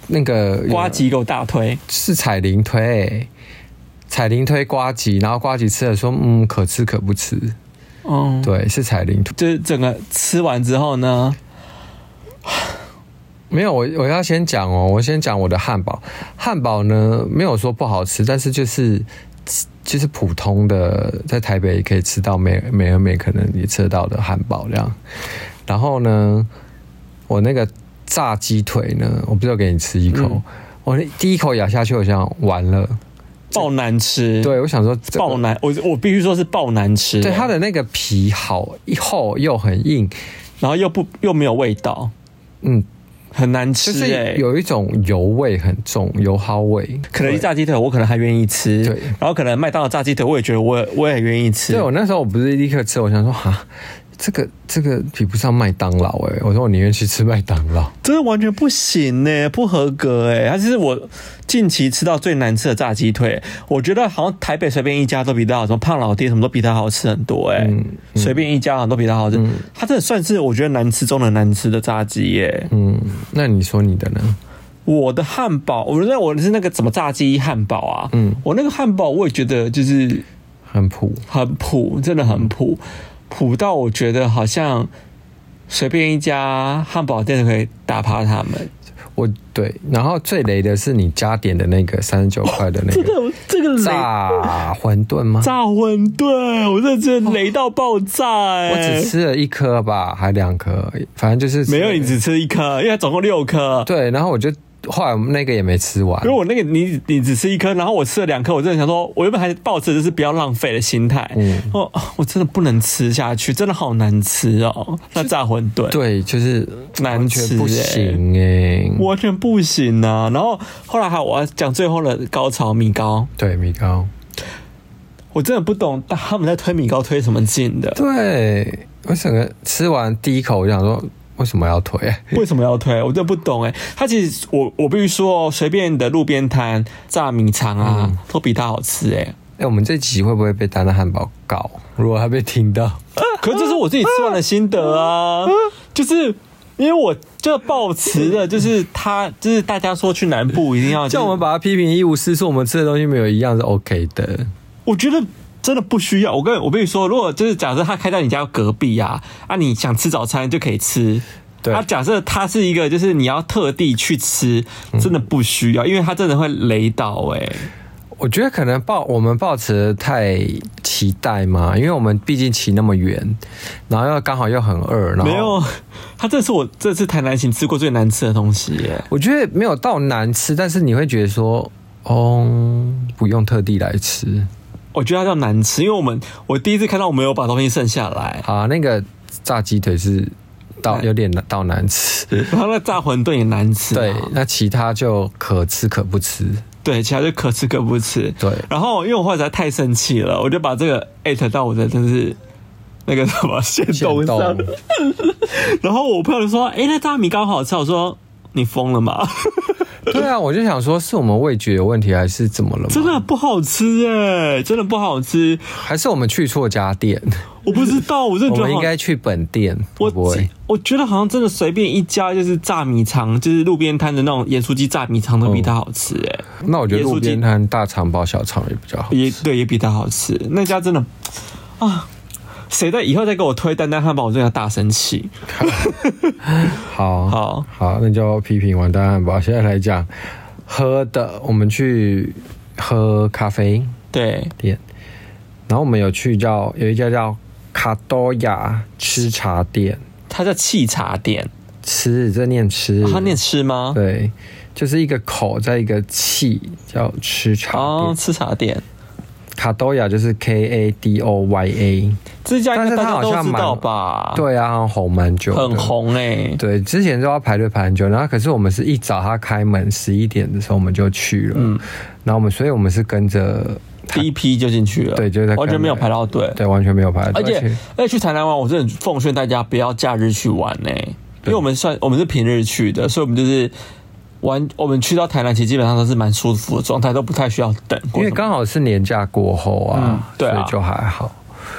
那个呱吉给我大推， 是彩铃推，彩铃推呱吉，然后呱吉吃了说可吃可不吃。对，是彩铃推。 就是整个吃完之后呢， 没有，我要先讲哦，我先讲我的汉堡。汉堡呢没有说不好吃，但是就是普通的，在台北也可以吃到美而美可能也吃得到的汉堡这样。然后呢，我那个炸鸡腿呢，我不是有给你吃一口，我第一口咬下去，我想完了。 爆难吃， 对，我想说爆难，我必须说是爆难吃。 对，它的那个皮好厚又很硬， 然后又没有味道，很难吃， 就是有一种油味很重，油耗味。 肯德基炸鸡腿我可能还愿意吃，对，然后可能麦当劳炸鸡腿我也觉得我也愿意吃。 对，我那时候我不是立刻吃，我想说这个比不上麦当劳我说我宁愿去吃麦当劳， 真的完全不行不合格它是我近期吃到最难吃的炸鸡腿，我觉得好像台北随便一家都比它好，什么胖老爹什么都比它好吃很多随便一家好像都比它好吃，它真的算是我觉得难吃中的难吃的炸鸡那你说你的呢？ 我的汉堡，我觉得我是那个什么炸鸡汉堡啊，我那个汉堡我也觉得就是很普， 真的很普到我觉得好像随便一家汉堡店都可以打趴他们。 对，然后最雷的是你加点的那个39块的那个， 这个炸馄饨吗？ 炸馄饨，我真的雷到爆炸我只吃了1颗吧，还2颗，反正就是没有，你只吃1颗，因为它总共6颗。 对，然后我就后来那个也没吃完， 因为我那个你只吃1颗，然后我吃了2颗，我真的想说，我原本还抱持就是不要浪费的心态，我真的不能吃下去，真的好难吃哦，那炸馄饨， 对，就是难吃不行完全不行啊。然后后来我要讲最后的高潮，米糕， 对，米糕， 我真的不懂他们在推米糕推什么劲的。 对，我整个吃完第一口，我想说。为什么要推？ 为什么要推？我真的不懂它其实我必须说，随便的路边摊炸米肠啊，都比它好吃我们这集会不会被丹丹汉堡告？如果他被听到， 可是这是我自己吃完的心得啊，就是因为我就抱持的，就是大家说去南部一定要， 叫我们把它批评一无是处，我们吃的东西没有一样是 OK 的。 我觉得。真的不需要，我跟你说，如果就是假设他开在你家隔壁你想吃早餐就可以吃。对，假设他是一个就是你要特地去吃，真的不需要，因为他真的会雷到我觉得可能我们抱持太期待嘛，因为我们毕竟骑那么远，然后刚好又很饿，然后没有，它这是我这次台南行吃过最难吃的东西我觉得没有到难吃，但是你会觉得说，不用特地来吃。 我觉得它叫难吃，因为我第一次看到我没有把东西剩下来。 好，那个炸鸡腿是有点到难吃， 然后那炸馄饨也难吃。 对，那其他就可吃可不吃。 对，其他就可吃可不吃。 对， 然后因为我后来实在太生气了，我就把这个@到我的就是那个什么限动上。然后我朋友就说：“那炸米糕好吃。”我说：“你疯了吗？” 对啊，我就想说，是我们味觉有问题，还是怎么了吗？ 真的不好吃真的不好吃， 还是我们去错家店？ 我不知道，我真的觉得我们应该去本店。 我觉得好像真的随便一家就是炸米肠，就是路边摊的那种盐酥鸡炸米肠都比它好吃那我觉得路边摊大肠包小肠也比较好吃， 也比它好吃。那家真的谁在以后再给我推丹丹汉堡，我真的要大生气。 好，那就批评完丹丹汉堡。现在来讲喝的，我们去喝咖啡店，然后我们有一家叫卡多亚吃茶店， 它叫气茶店， 这念吃， 它念吃吗？ 对，就是一个口在一个气，叫吃茶店。 吃茶店。 卡多亚就是 KADOYA， 这家应该大家都知道吧？ 对啊，红蛮久的， 很红对，之前都要排队排很久，然后可是我们是一早他开门11点的时候我们就去了，然后所以我们是跟着第一批就进去了， 对，就在完全没有排到队， 对，完全没有排到队。 而且去台南玩，我真的奉劝大家不要假日去玩因为我们是平日去的，所以我们就是。我们去到台南其实基本上都是蛮舒服的状态，都不太需要等， 因为刚好是年假过后所以就还好。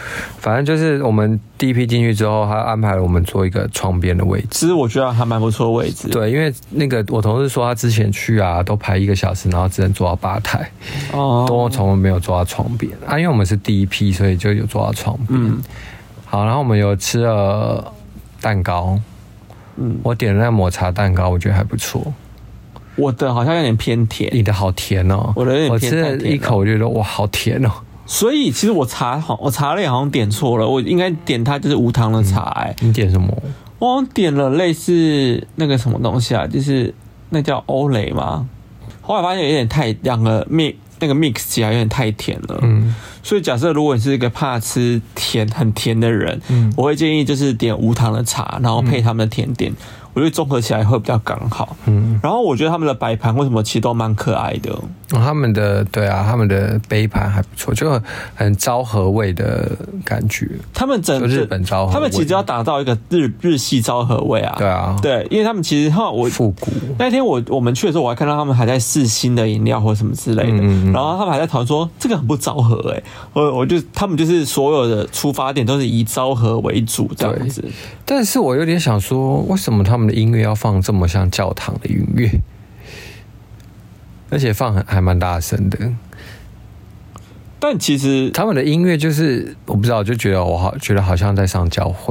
反正就是我们第一批进去之后，他安排了我们坐一个窗边的位置。 其实我觉得还蛮不错的位置。 对，因为那个我同事说他之前去啊，都排1个小时，然后只能坐到吧台，都从来没有坐到窗边啊。因为我们是第一批，所以就有坐到窗边。好，然后我们有吃了蛋糕，我点了那抹茶蛋糕，我觉得还不错。 我的好像有点偏甜， 你的好甜哦， 我的有点偏甜。 我吃了一口，我觉得哇，好甜哦。 所以其实我茶类好像点错了，我应该点它就是无糖的茶。 你点什么？ 我好像点了类似那个什么东西啊，就是那叫欧蕾吗？后来发现有点太两个那个 mix 起来有点太甜了。所以假设如果你是一个怕吃很甜的人，我会建议就是点无糖的茶，然后配他们的甜点。我觉得综合起来会比较刚好。然后我觉得他们的摆盘为什么其实都蛮可爱的。 他们的他们的杯盘还不错，就很昭和味的感觉。 他们整个日本昭和味， 他们其实要打造一个日系昭和味啊。 对啊， 对，因为他们其实复古。 那天我们去的时候，我还看到他们还在试新的饮料或什么之类的，然后他们还在讨论说这个很不昭和他们就是所有的出发点都是以昭和为主这样子。 但是我有点想说，为什么他们的音乐要放这么像教堂的音乐，而且放还蛮大声的？ 但其实他们的音乐就是我不知道，就觉得好像在上教会。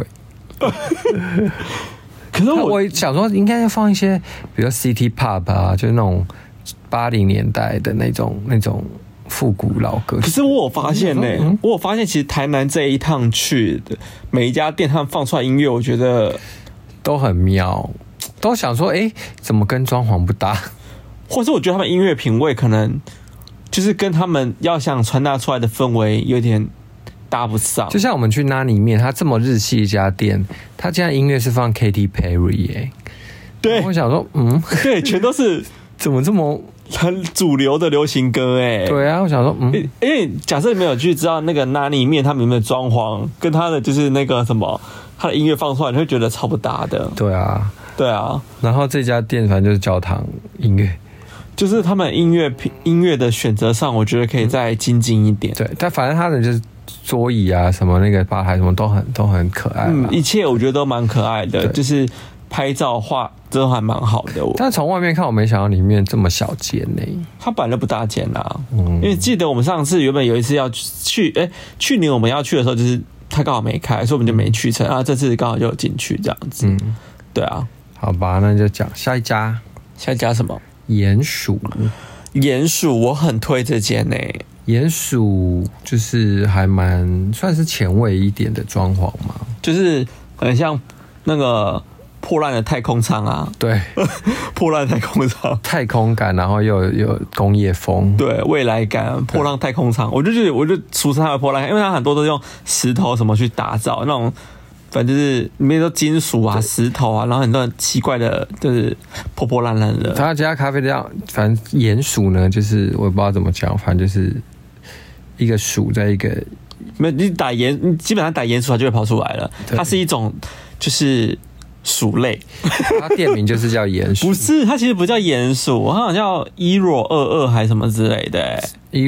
可是我想说，应该要放一些，比如 City Pop 啊，就是那种80年代的那种复古老歌。 可是我有发现我有发现，其实台南这一趟去的每一家店，他们放出来音乐，我觉得都很妙，都想说，怎么跟装潢不搭？ 或是我觉得他们音乐品味可能就是跟他们要想传达出来的氛围有点搭不上。 就像我们去那里面，它这么日系一家店，它竟然音乐是放 Katy Perry 对， 我想说， 对，全都是怎么这么很主流的流行歌对啊，我想说， 因为假设你没有去知道那个那里面他们有没有装潢，跟他的就是那个什么，他的音乐放出来，你会觉得超不搭的。 对啊， 对啊。 然后这家店反正就是教堂音乐。 就是他们音乐的选择上，我觉得可以再精进一点。 对，但反正他的就是桌椅啊，什么那个吧台什么都很可爱。 一切我觉得都蛮可爱的，就是拍照画都还蛮好的。 但从外面看，我没想到里面这么小间呢。 它本来就不大间啦，因为记得我们上次原本有一次要去，去年我们要去的时候，就是它刚好没开，所以我们就没去成。这次刚好就有进去这样子。对啊， 好吧，那就讲下一家什么？ 鼹鼠， 我很推这间鼹鼠就是还蛮算是前卫一点的装潢嘛， 就是很像那个破烂的太空舱啊。 对， 破烂太空舱， 太空感，然后又有工业风， 对，未来感，破烂太空舱。我就俗称它的破烂，因为它很多都用石头什么去打造那种。反正就是里面都金属啊、石头啊，然后很多很奇怪的，就是破破烂烂的。 他家咖啡店，反正鼹鼠呢，就是我也不知道怎么讲，反正就是一个鼠在一个， 没有你基本上打鼹鼠它就会跑出来了。它是一种就是鼠类， 它店名就是叫鼹鼠， 不是，它其实不叫鼹鼠，它好像叫ERO22还是什么之类的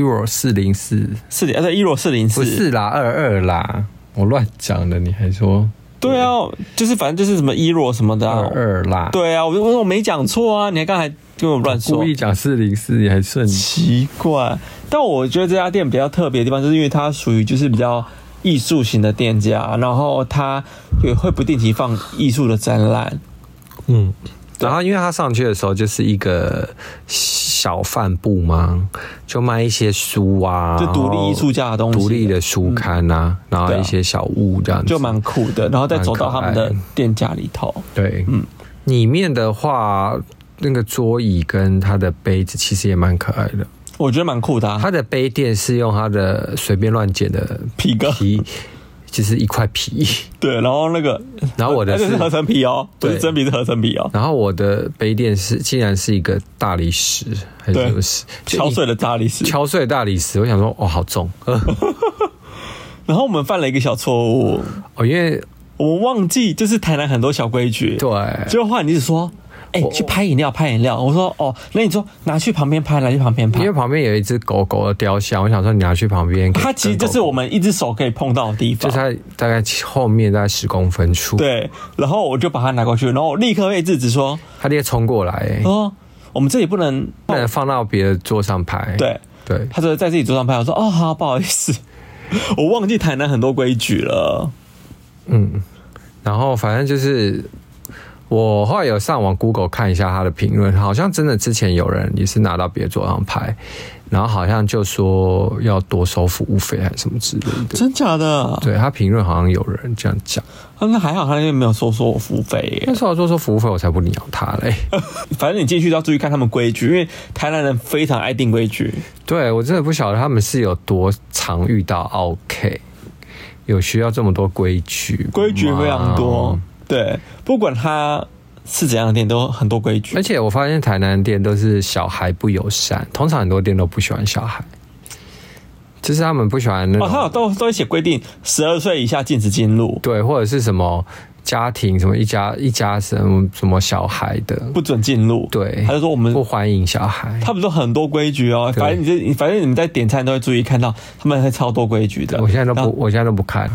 ，ERO404， 对，ERO404， 不是啦，22啦。我乱讲的，你还说？ 对啊，就是反正就是什么ERO什么的 22啦。 对啊，我没讲错啊，你还刚才跟我乱说， 故意讲404，你还顺？ 奇怪。但我觉得这家店比较特别的地方，就是因为它属于就是比较艺术型的店家，然后它也会不定期放艺术的展览。 然后因为他上去的时候就是一个小贩部嘛，就卖一些书啊， 就独立艺术家的东西， 独立的书刊啊，然后一些小物这样子， 就蛮酷的。然后再走到他们的店家里头， 对，里面的话，那个桌椅跟它的杯子其实也蛮可爱的， 我觉得蛮酷的。 它的杯垫是用它的随便乱剪的皮，就是一块皮， 对，然后然后我的是合成皮不是真皮，是合成皮然后我的杯垫竟然是一个大理石，还是什么石？ 敲碎的大理石， 我想说，好重。 然后我们犯了一个小错误， 因为我们忘记就是台南很多小规矩， 对， 结果后来你一直说去拍饮料。我说哦，那你说拿去旁边拍， 因为旁边有一只狗狗的雕像，我想说你拿去旁边。 它其实就是我们一只手可以碰到的地方， 就是它大概后面大概10公分处。 对，然后我就把它拿过去，然后我立刻被制止说， 他直接冲过来， 说我们这里不能放到别的桌上拍。 对，他就在自己桌上拍。我说哦好，不好意思，我忘记台南很多规矩了。 然后反正就是我后来有上网 Google 看一下他的评论，好像真的之前有人也是拿到别的桌上拍，然后好像就说要多收服务费还是什么之类的。 真假的？ 对，他评论好像有人这样讲。 那还好，他那边没有说我服务费耶。 那时候说服务费，我才不鸟他嘞。 反正你进去都要注意看他们规矩，因为台南人非常爱定规矩。 对，我真的不晓得他们是有多常遇到 OK， 有需要这么多规矩非常多。对，不管他是怎样的店，都很多规矩。 而且我发现台南店都是小孩不友善，通常很多店都不喜欢小孩，就是他们不喜欢那种。 他有都会写规定，12岁以下禁止进入。对， 或者是什么家庭什么一家什么小孩的不准进入。对，他就说我们不欢迎小孩。 他们都很多规矩哦，反正你们在点餐都会注意看到，他们会超多规矩的。我现在都不看。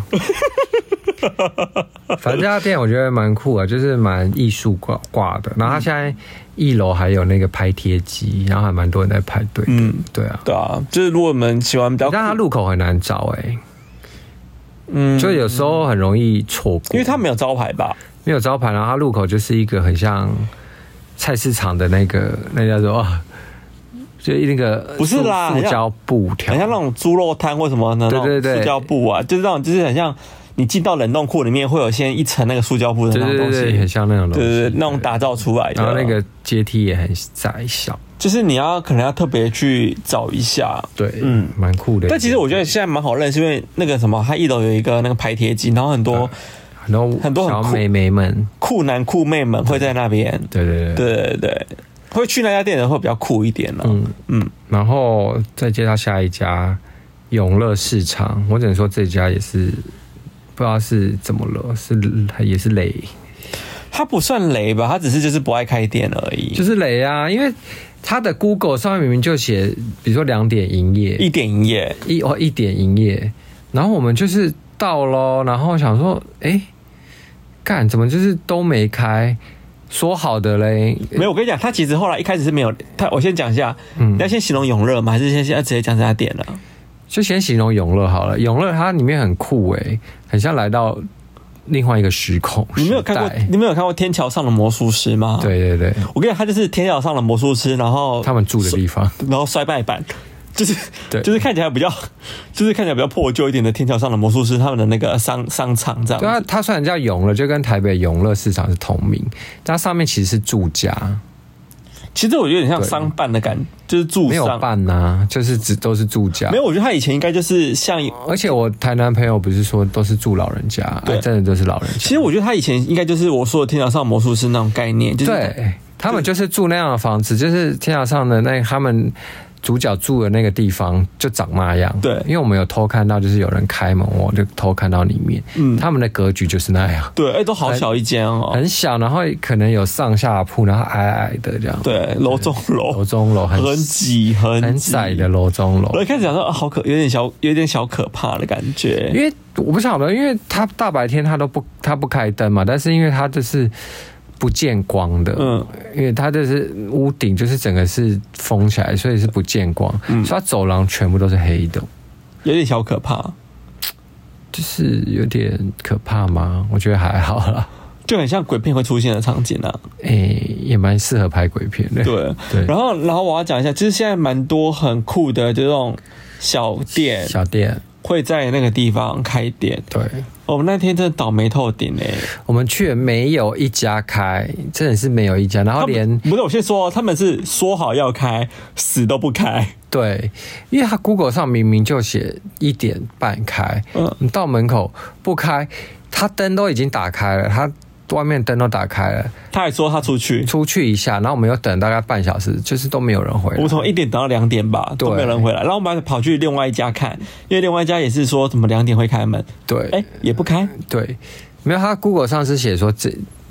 反正这家店我觉得蛮酷的，就是蛮艺术挂的。然后他现在1楼还有那个拍贴机，然后还蛮多人在排队。对啊，就是如果我们喜欢比较， 但他路口很难找就有时候很容易错过， 因为他没有招牌吧？ 没有招牌，然后他路口就是一个很像菜市场的那叫做。就那个不是啦， 塑胶布条， 很像那种猪肉摊或什么的那种塑胶布啊，就是那种就是很像你进到冷冻库里面会有先一层那个塑胶布的那种东西， 对，很像那种东西， 对，那种打造出来的。 然后那个阶梯也很窄小， 就是你可能要特别去找一下， 对，蛮酷的。 但其实我觉得现在蛮好认识，因为那个什么，它1楼有一个那个排贴机，然后很多小妹妹们、 酷男酷妹们会在那边， 对。 会去那家店的会比较酷一点了。 然后再介绍下一家永乐市场，我只能说这家也是不知道是怎么了，也是雷。 他不算雷吧，他只是就是不爱开店而已。 就是雷啊，因为他的 Google 上面明明就写，比如说2点营业、 1点营业、 1点营业，然后我们就是到咯，然后想说，干怎么就是都没开？说好的嘞， 没有。我跟你讲，他其实后来一开始是没有。我先讲一下，你要先形容永乐吗？还是先直接讲这家店了？ 就先形容永乐好了。永乐它里面很酷很像来到另外一个时空。你没有看过天桥上的魔术师吗？ 对， 我跟你讲，他就是天桥上的魔术师，然后他们住的地方， 然后摔败版。就是看起来比较破旧一点的天桥上的魔术师，他们的那个商场这样。 对啊，它虽然叫永乐，就跟台北永乐市场是同名，但它上面其实是住家。 其实我觉得有点像商办的感觉，就是住商没有办啊，就是都是住家。 没有，我觉得他以前应该就是像， 而且我台南朋友不是说都是住老人家，对，真的都是老人家。 其实我觉得他以前应该就是我说的天桥上魔术师那种概念，就是对他们就是住那样的房子，就是天桥上的他们。主角住的那个地方就长那样， 对， 因为我们有偷看到，就是有人开门，我就偷看到里面，他们的格局就是那样， 对，都好小一间哦， 很小，然后可能有上下铺，然后矮矮的这样， 对，楼中楼，很挤， 很窄的楼中楼。 我一开始想说，好有点小可怕的感觉， 因为我不晓得，因为他大白天他不开灯嘛，但是因为他就是不见光的，因为它就是屋顶就是整个是封起来，所以是不见光，所以它走廊全部都是黑的， 有点小可怕， 就是有点可怕吗？我觉得还好啦， 就很像鬼片会出现的场景啊， 也蛮适合拍鬼片的， 对。然后我要讲一下，就是现在蛮多很酷的这种小店会在那个地方开店，对。我们那天真的倒霉透顶我们去没有一家开，真的是没有一家，然后不是，我先说，他们是说好要开，死都不开。 对，因为他 Google 上明明就写1点半开，你到门口不开，他灯都已经打开了，他外面灯都打开了， 他还说他出去一下，然后我们又等大概半小时，就是都没有人回来。 我们从1点等到2点吧，都没有人回来。然后我们还跑去另外一家看，因为另外一家也是说怎么2点会开门， 对， 也不开， 对，没有，他 Google 上是写说这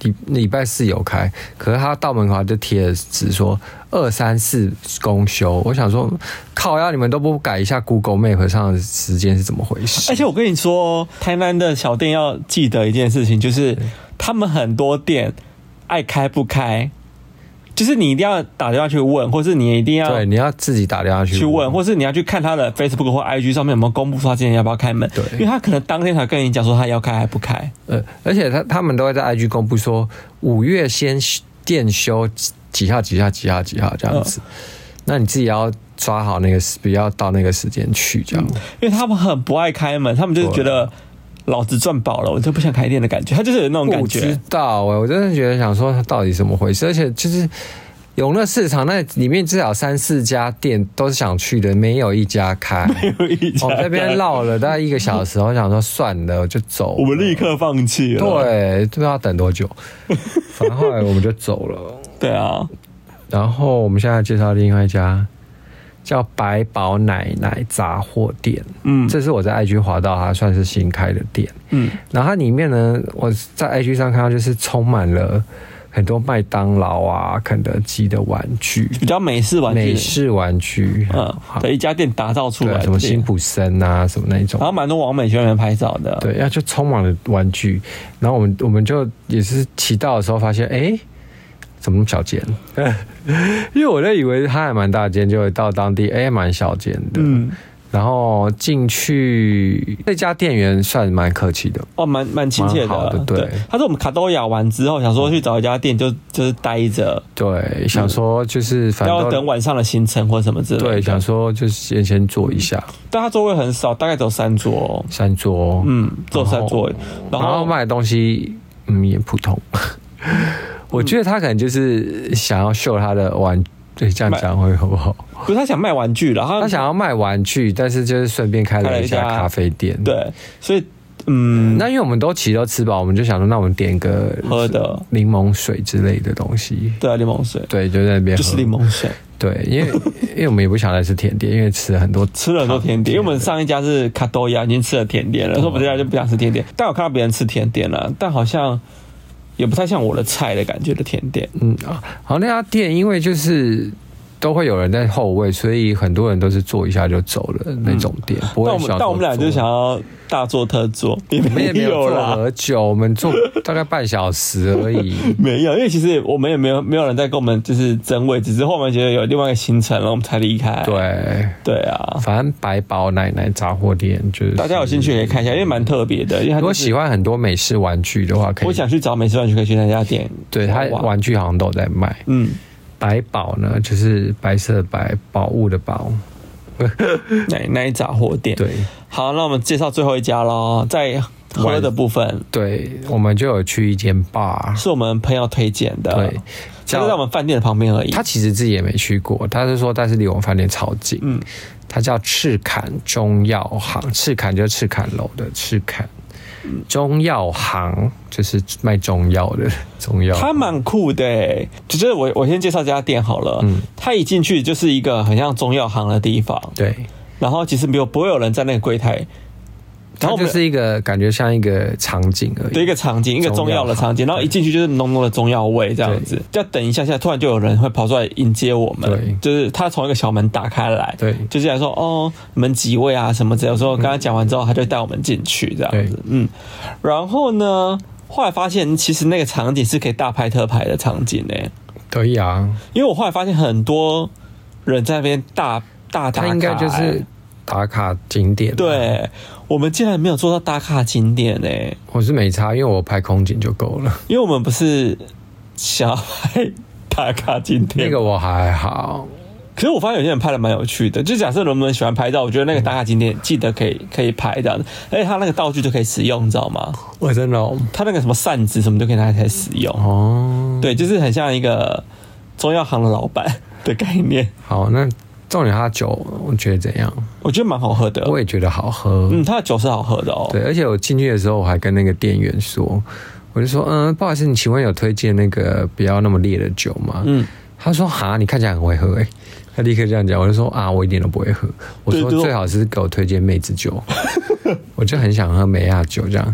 礼拜4有开，可是他到门口就贴了纸说2、3、4公休。我想说，靠呀，你们都不改一下 Google Map 上的时间是怎么回事？ 而且我跟你说，台南的小店要记得一件事情，就是他们很多店爱开不开。就是你一定要打电话去问，或是你一定要对，你要自己打电话去问，或是你要去看他的 Facebook 或 IG 上面有没有公布说他今天要不要开门。 对， 因为他可能当天才跟你讲说他要开还不开。 而且他们都会在 IG 公布说5月先店休几号这样子。那你自己要抓好那个，不要到那个时间去这样。 因为他们很不爱开门，他们就是觉得老子赚饱了，我就不想开店的感觉，他就是有那种感觉。 不知道我真的觉得想说他到底怎么回事，而且就是永乐市场那里面至少3、4家店都是想去的，没有一家开， 没有一家开。 我这边绕了大概1个小时，我想说算了，我就走了， 我们立刻放弃了。 对，不知道等多久，反正后来我们就走了。 对啊， 然后我们现在介绍另外一家。叫百宝奶奶杂货店，这是我在 IG 滑到它算是新开的店，然后它里面呢，我在 IG 上看到就是充满了很多麦当劳啊、肯德基的玩具， 比较美式玩具，的一家店打造出来的， 什么辛普森啊什么那一种， 然后蛮多网美去那边拍照的， 对，就充满了玩具，然后我们就也是骑到的时候发现，怎么那么小间？因为我就以为它还蛮大间，就到当地蛮小间的。然后进去，那家店员算蛮客气的， 蛮亲切的。对，他说我们卡多亚完之后，想说去找一家店就是待着。 对，想说就是反正要等晚上的行程或什么之类的。 对，想说就是先坐一下。 但他座位很少，大概只有3桌。 3桌， 只有3桌。 然后卖的东西，也普通。我觉得他可能就是想要秀他的玩，对，这样讲会好不好？ 不是他想卖玩具了， 他想要卖玩具，但是就是顺便开了一家咖啡店。 对，所以那因为我们都吃饱，我们就想说，那我们点个喝的柠檬水之类的东西。 对啊，柠檬水， 对，就在那边就是柠檬水。 对，因为我们也不想来吃甜点，因为吃了很多甜点。因为我们上一家是卡多亚，已经吃了甜点了，所以我们这家就不想吃甜点。但我看到别人吃甜点了，但好像也不太像我的菜的感觉的甜点。 好，那家店因为就是都会有人在后位，所以很多人都是坐一下就走了那种店。 但我们俩就想要大做特做， 我们也没有坐很久，我们坐大概半小时而已。 没有，因为其实我们也没有人在跟我们就是争位，只是后面觉得有另外一个行程了，我们才离开。对啊， 反正百宝奶奶杂货店就是大家有兴趣可以看一下，因为蛮特别的。因为如果喜欢很多美式玩具的话，可以。 我想去找美式玩具，可以去那家店。 对，他玩具好像都有在卖。百宝呢，就是白色的白，宝物的宝。 奶奶杂货店。 对， 好，那我们介绍最后一家咯，在喝的部分。 对，我们就有去一间 bar， 是我们朋友推荐的。对，就在我们饭店的旁边而已。 他其实自己也没去过，他是说，但是离我们饭店超近。它叫赤坎中药行，赤坎就是赤坎楼的赤坎。中药行就是卖中药的中药， 它蛮酷的欸。就是我先介绍这家店好了。它一进去就是一个很像中药行的地方。 对， 然后其实不会有人在那个柜台。 然后就是一个感觉像一个场景而已， 对，一个场景，一个中药的场景，然后一进去就是浓浓的中药味这样子。要等一下，突然就有人会跑出来迎接我们。对，就是他从一个小门打开来，对，就进来说哦，你们几位啊什么之类的。有时候跟他讲完之后，他就带我们进去这样子。然后呢，后来发现其实那个场景是可以大拍特拍的场景呢。 可以啊， 因为我后来发现很多人在那边大打卡， 他应该就是打卡景点。 对，我们竟然没有做到打卡景点呢。 我是没差，因为我拍空景就够了。 因为我们不是想要拍打卡景点， 那个我还好。 可是我发现有些人拍的蛮有趣的，就假设人们喜欢拍照，我觉得那个打卡景点记得可以拍这样子，而且他那个道具就可以使用，你知道吗？ 我真的他那个什么扇子什么都可以拿来使用哦。对，就是很像一个中药行的老板的概念。 好，那重点他的酒我觉得怎样？ 我觉得蛮好喝的， 我也觉得好喝。 他的酒是好喝的哦。 对，而且我进去的时候我还跟那个店员说，我就说不好意思，你请问有推荐那个不要那么烈的酒吗？他说哈，你看起来很会喝欸。他立刻这样讲，我就说我一点都不会喝。我说最好是给我推荐妹子酒，我就很想喝梅亚酒这样。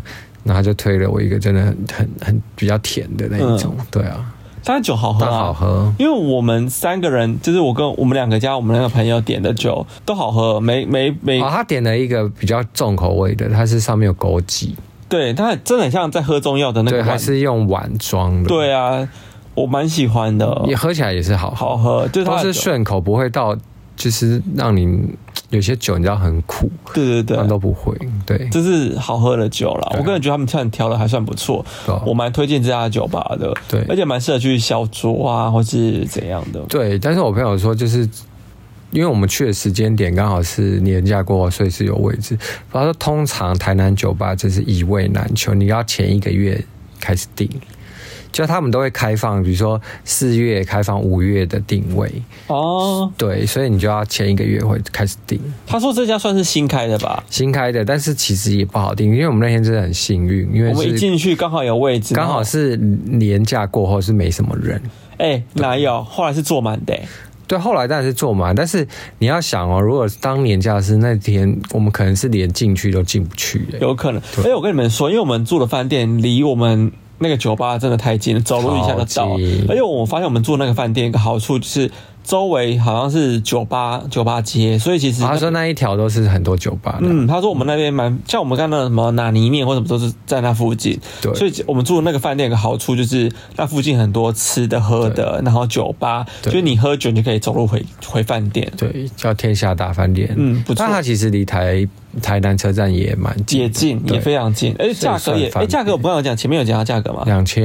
然后他就推了我一个真的很比较甜的那一种，对啊。 当然酒好喝好喝， 因为我们3个人，就是我跟我们2个加我们那个朋友点的酒都好喝，没。 他点了一个比较重口味的，它是上面有枸杞， 对，它真的很像在喝中药的那个对，还是用碗装的， 对啊，我蛮喜欢的， 也喝起来也是好喝，就是都是顺口，不会到就是让你有些酒你知道很苦， 对， 都不会，对， 这是好喝的酒啦。我个人觉得他们算调的还算不错，我蛮推荐这家酒吧的， 对， 而且蛮适合去小酌啊，或是怎样的。 对，但是我朋友说，就是因为我们去的时间点刚好是年假过后，所以是有位置。他说，通常台南酒吧就是一位难求，你要前1个月开始订。就他们都会开放，比如说4月开放5月的定位哦，对，所以你就要前1个月会开始订。 他说这家算是新开的吧？ 新开的，但是其实也不好订，因为我们那天真的很幸运，因为我们一进去刚好有位置， 刚好是年假过后是没什么人。 哪有？后来是坐满的。 对，后来当然是坐满，但是你要想哦，如果当年假是那天，我们可能是连进去都进不去， 有可能。而且我跟你们说，因为我们住的饭店离我们那个酒吧真的太近了，走路一下就到。而且我发现我们住那个饭店一个好处就是周围好像是酒吧街，所以其实他说那一条都是很多酒吧的。 他说我们那边像我们刚刚那什么拿泥面或什么都是在那附近。对，所以我们住的那个饭店有个好处就是那附近很多吃的喝的，然后酒吧，就是你喝酒你就可以走路回饭店。 对，叫天下大饭店。 不错。 但它其实离台南车站也蛮近， 也近，也非常近，而且价格也价格我不刚有讲，前面有讲到价格吗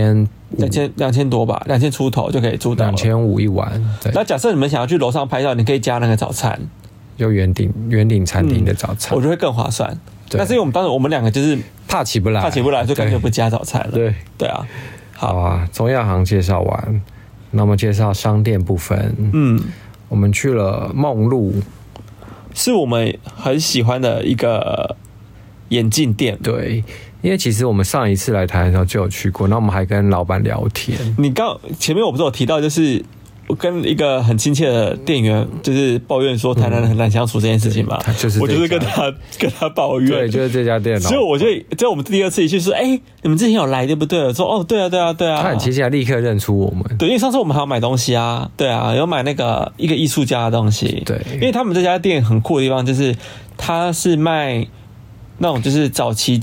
？2000多吧，2000出头就可以住到了 ，2500一晚。 那假设你们想要去楼上拍照，你可以加那个早餐， 就圆顶餐厅的早餐， 我觉得会更划算。但是因为当时我们2个就是怕起不来， 就干脆不加早餐了。对啊， 好啊，中药行介绍完，那么介绍商店部分。我们去了梦露， 是我们很喜欢的一个眼镜店。 对。因为其实我们上一次来台的时候就有去过，那我们还跟老板聊天。 你前面我不是有提到，就是我跟一个很亲切的店员，就是抱怨说台南人很难相处这件事情嘛。我就是跟他抱怨， 对，就是这家店。 所以我就我们第2次一去说，你们之前有来对不对？我说对啊。 他很亲切，立刻认出我们。 对，因为上次我们还要买东西啊，对啊，有买那个一个艺术家的东西。对，因为他们这家店很酷的地方就是，他是卖那种就是早期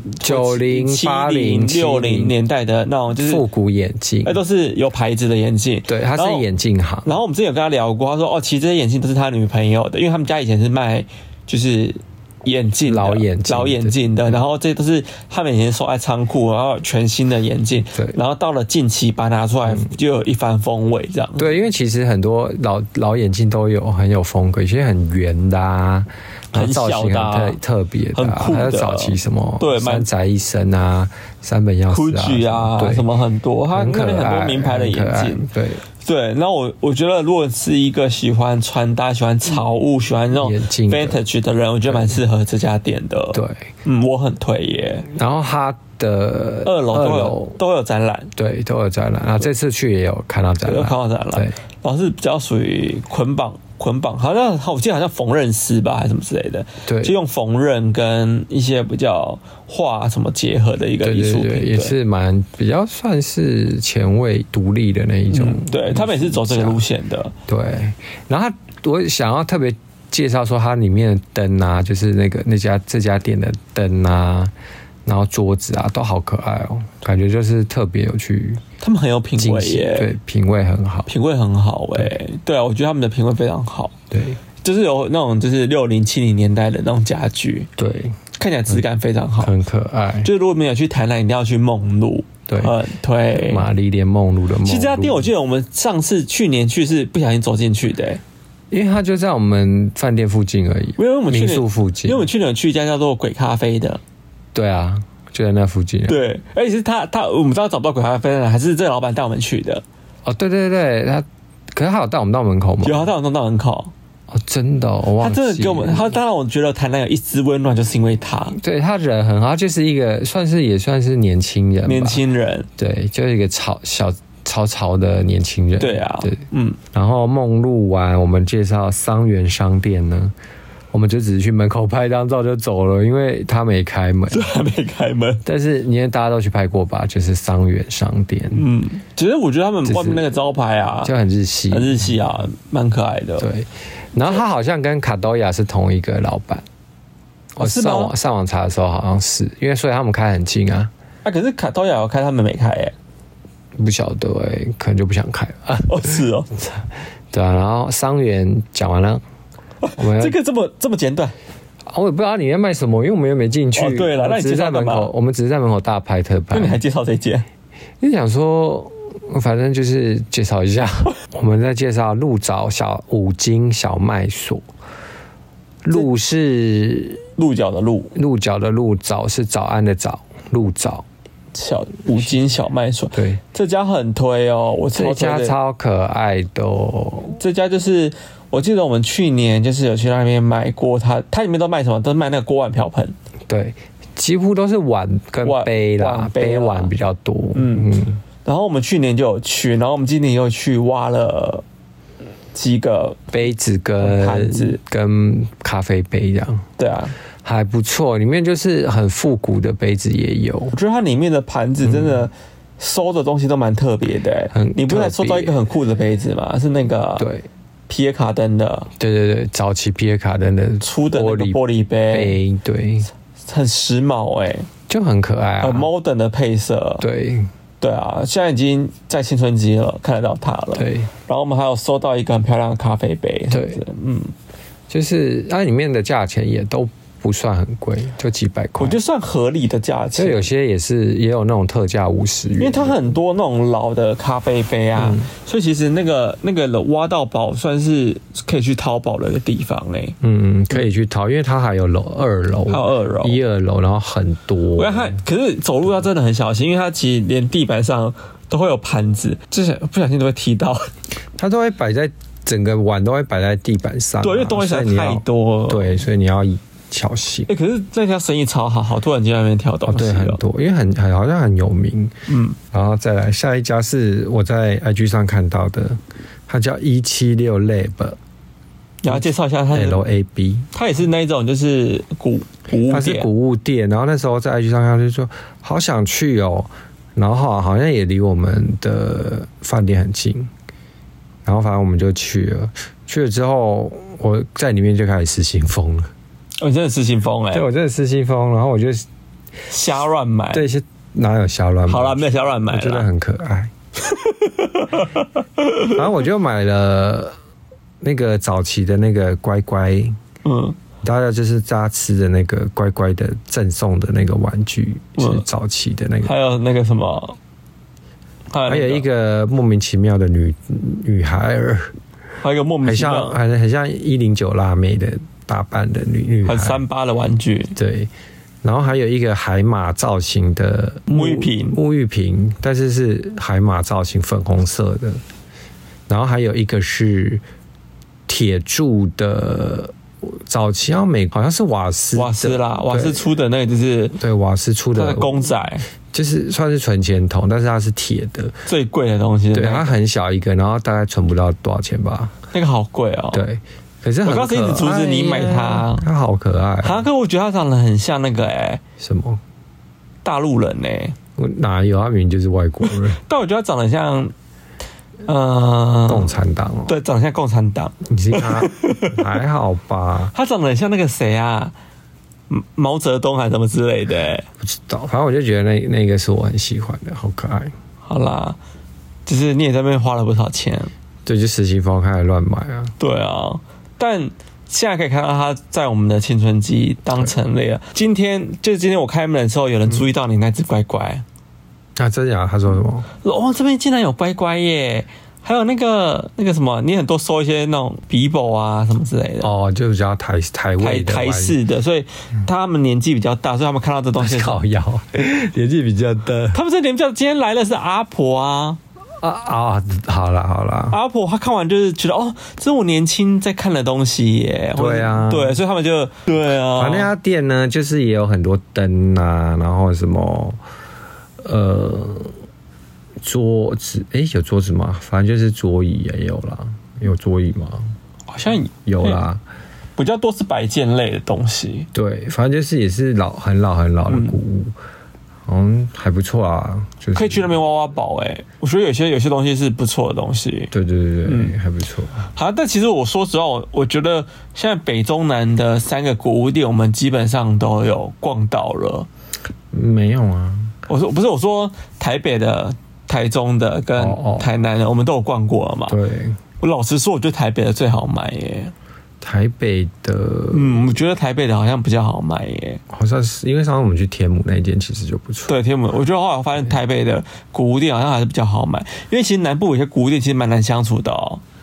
90、80、70、60年代的那种就是复古眼镜， 都是有牌子的眼镜。对， 他是眼镜行。 然后我们之前有跟他聊过，他说其实这些眼镜都是他女朋友的，因为他们家以前是卖就是眼镜老眼镜的，然后这都是他们以前收在仓库，然后全新的眼镜。对，然后到了近期把它拿出来，就有一番风味这样。 对，因为其实很多老眼镜都很有风格，有些很圆的啊。 很小的、 很特别的、 很酷的， 还有早期什么对三宅一生啊、三本钥匙啊，对，什么很多，它那边很多名牌的眼镜，对。然后我觉得，如果是一个喜欢穿搭、喜欢潮物、喜欢那种 vintage 的人，我觉得蛮适合这家店的。对，我很推耶。 然后它的2楼都有展览， 对，都有展览。然后这次去也有看到展览， 对，然后是比较属于捆绑，好像我记得好像缝纫师吧，还是什么之类的，对，就用缝纫跟一些比较画什么结合的一个艺术品，对， 也是比较算是前卫独立的那一种， 对，他们也是走这个路线的， 对。然后我想要特别介绍说，它里面的灯啊，就是这家店的灯啊。然后桌子啊都好可爱哦，感觉就是特别有趣。 他们很有品味耶， 对，品味很好对啊，我觉得他们的品味非常好。对，就是有那种就是60、70年代的那种家具，对，看起来质感非常好， 很可爱。 就是如果没有去台南，一定要去梦露。对，对， 玛丽莲梦露的梦露。 其实这家店我记得我们去年去是不小心走进去的， 因为它就在我们饭店附近而已， 因为我们民宿附近。 因为我们去年去一家叫做鬼咖啡的。 对啊，就在那附近。 对，而且是我们知道找不到鬼咖啡呢，还是这个老板带我们去的。 哦，对，可是他有带我们到门口吗？ 有，他带我们到门口。 哦，真的，我忘记了。 他真的给我们，当然我觉得台南有一丝温暖，就是因为他。 对，他人很好，就是一个也算是年轻人。对，就是一个潮的年轻人。 对啊， 对，然后梦露完，我们介绍桑园商店呢。 我们就只是去门口拍张照就走了，因为他没开门。 对，还没开门。 但是因为大家都去拍过吧，就是桑园商店。 其实我觉得他们外面那个招牌啊， 就很日系， 很日系啊，蛮可爱的。 对，然后他好像跟卡多亚是同一个老板。我上网查的时候好像是，因为所以他们开很近啊。 可是卡多亚有开，他们没开不晓得可能就不想开了。 是哦。 对啊，然后桑园讲完了。 这个这么简短， 我也不知道里面卖什么，因为我们又没进去。 对了，那你只是在门口，我们只是在门口大拍特拍。 那你还介绍这间？ 你想说，反正就是介绍一下。我们在介绍鹿枣五金小卖所。鹿是鹿角的鹿， 鹿角的鹿，枣是早安的早，鹿枣。 五金小卖所， 对， 这家很推哦， 这家超可爱的哦。 这家就是我记得我们去年就是有去那边买过它里面都卖什么？都卖那个锅碗瓢盆， 对，几乎都是碗跟杯啦，杯碗比较多。 然后我们去年就有去，然后我们今年又去挖了几个杯子跟盘子跟咖啡杯这样。 对啊。 还不错，里面就是很复古的杯子也有。 我觉得它里面的盘子真的收的东西都蛮特别的。你不是还收到一个很酷的杯子吗？是那个对皮耶卡登的。 对，早期皮耶卡登的出的那个玻璃杯， 对， 很时髦就很可爱啊， 很 modern 的配色。对啊，现在已经在青春期了，看得到它了。 对， 然后我们还有收到一个很漂亮的咖啡杯。 对，就是它里面的价钱也都不算很贵，就几百块， 我觉得算合理的价钱。 所以有些也有那种特价50元， 因为它很多那种老的咖啡杯啊，所以其实那个挖到宝算是可以去淘宝的地方可以去淘，因为它还有二楼， 还有2楼、 1、2楼，然后很多。 我要看，可是走路要真的很小心，因为它其实连地板上都会有盘子，就是不小心都会踢到， 它都会摆在整个碗都会摆在地板上。 对，因为东西太多了， 对，所以你要小心。 可是那家生意超好，好多人进那边挑东西。 对，很多，因为好像很有名。然后再来下一家是我在 IG 上看到的，它叫176 Lab。 你要介绍一下它 LAB， 它也是那种就是古物店， 它是古物店。然后那时候在 IG 上看就说好想去哦，然后好像也离我们的饭店很近。然后反正我们就去了之后，我在里面就开始失心疯了。 你真的失心疯对，我真的失心疯，然后我就瞎乱买。 对，哪有瞎乱买？ 好了，没有瞎乱买， 我觉得很可爱。然后我就买了那个早期的那个乖乖，大家就是大家吃的那个乖乖的赠送的那个玩具，是早期的那个。 还有那个什么， 还有一个莫名其妙的女孩儿， 还有一个莫名其妙很像109辣妹的打扮的女孩， 很38的玩具。 对，然后还有一个海马造型的沐浴瓶，但是是海马造型粉红色的。然后还有一个是铁柱的，早期好像是瓦斯啦，瓦斯出的那个就是对瓦斯出的公仔， 就是算是存钱筒，但是它是铁的， 最贵的东西。 对，它很小一个，然后大概存不到多少钱吧。 那个好贵哦。 对，可是很可爱。 我刚才一直阻止你买它， 它好可爱。 可我觉得它长得很像那个什么大陆人我哪有？他明明就是外国人。 但我觉得它长得像共产党哦。 对，长得像共产党。 你是他还好吧？ 他长得很像那个谁啊，毛泽东还是什么之类的。 不知道，反正我就觉得那个是我很喜欢的，好可爱。 好啦，就是你也在那边花了不少钱。 对，就实习风开始乱买啊。 对啊，但现在可以看到他在我们的青春期当陈列了。今天我开门的时候，有人注意到你那只乖乖。 真的假的？他说什么？ 这边竟然有乖乖耶！还有那个什么，你很多收一些那种Bibo啊什么之类的。就比较台味的台式的，所以他们年纪比较大，所以他们看到这东西靠腰，年纪比较大。 他们这年纪今天来的是阿婆啊。 好啦， 阿婆她看完就是觉得这是我年轻在看的东西耶。 对啊， 对，所以他们就对啊。 那家店呢，就是也有很多灯啊，然后什么桌子，有桌子吗？反正就是桌椅也有啦，有桌椅吗？ 好像有啦。 比较多是摆件类的东西。 对，反正就是也是很老的古物。还不错啊，就是可以去那边挖挖宝我觉得有些东西是不错的东西。 对，还不错。 好，但其实我说实话，我觉得现在北中南的3个古物店，我们基本上都有逛到了。 没有啊， 我说台北的、台中的跟台南的，我们都有逛过了嘛。 对， 我老实说，我觉得台北的最好买台北的， 我觉得台北的好像比较好买好像是因为上次我们去天母那一间其实就不错。 对，天母，我觉得后来我发现台北的古物店好像还是比较好买，因为其实南部有些古物店其实蛮难相处的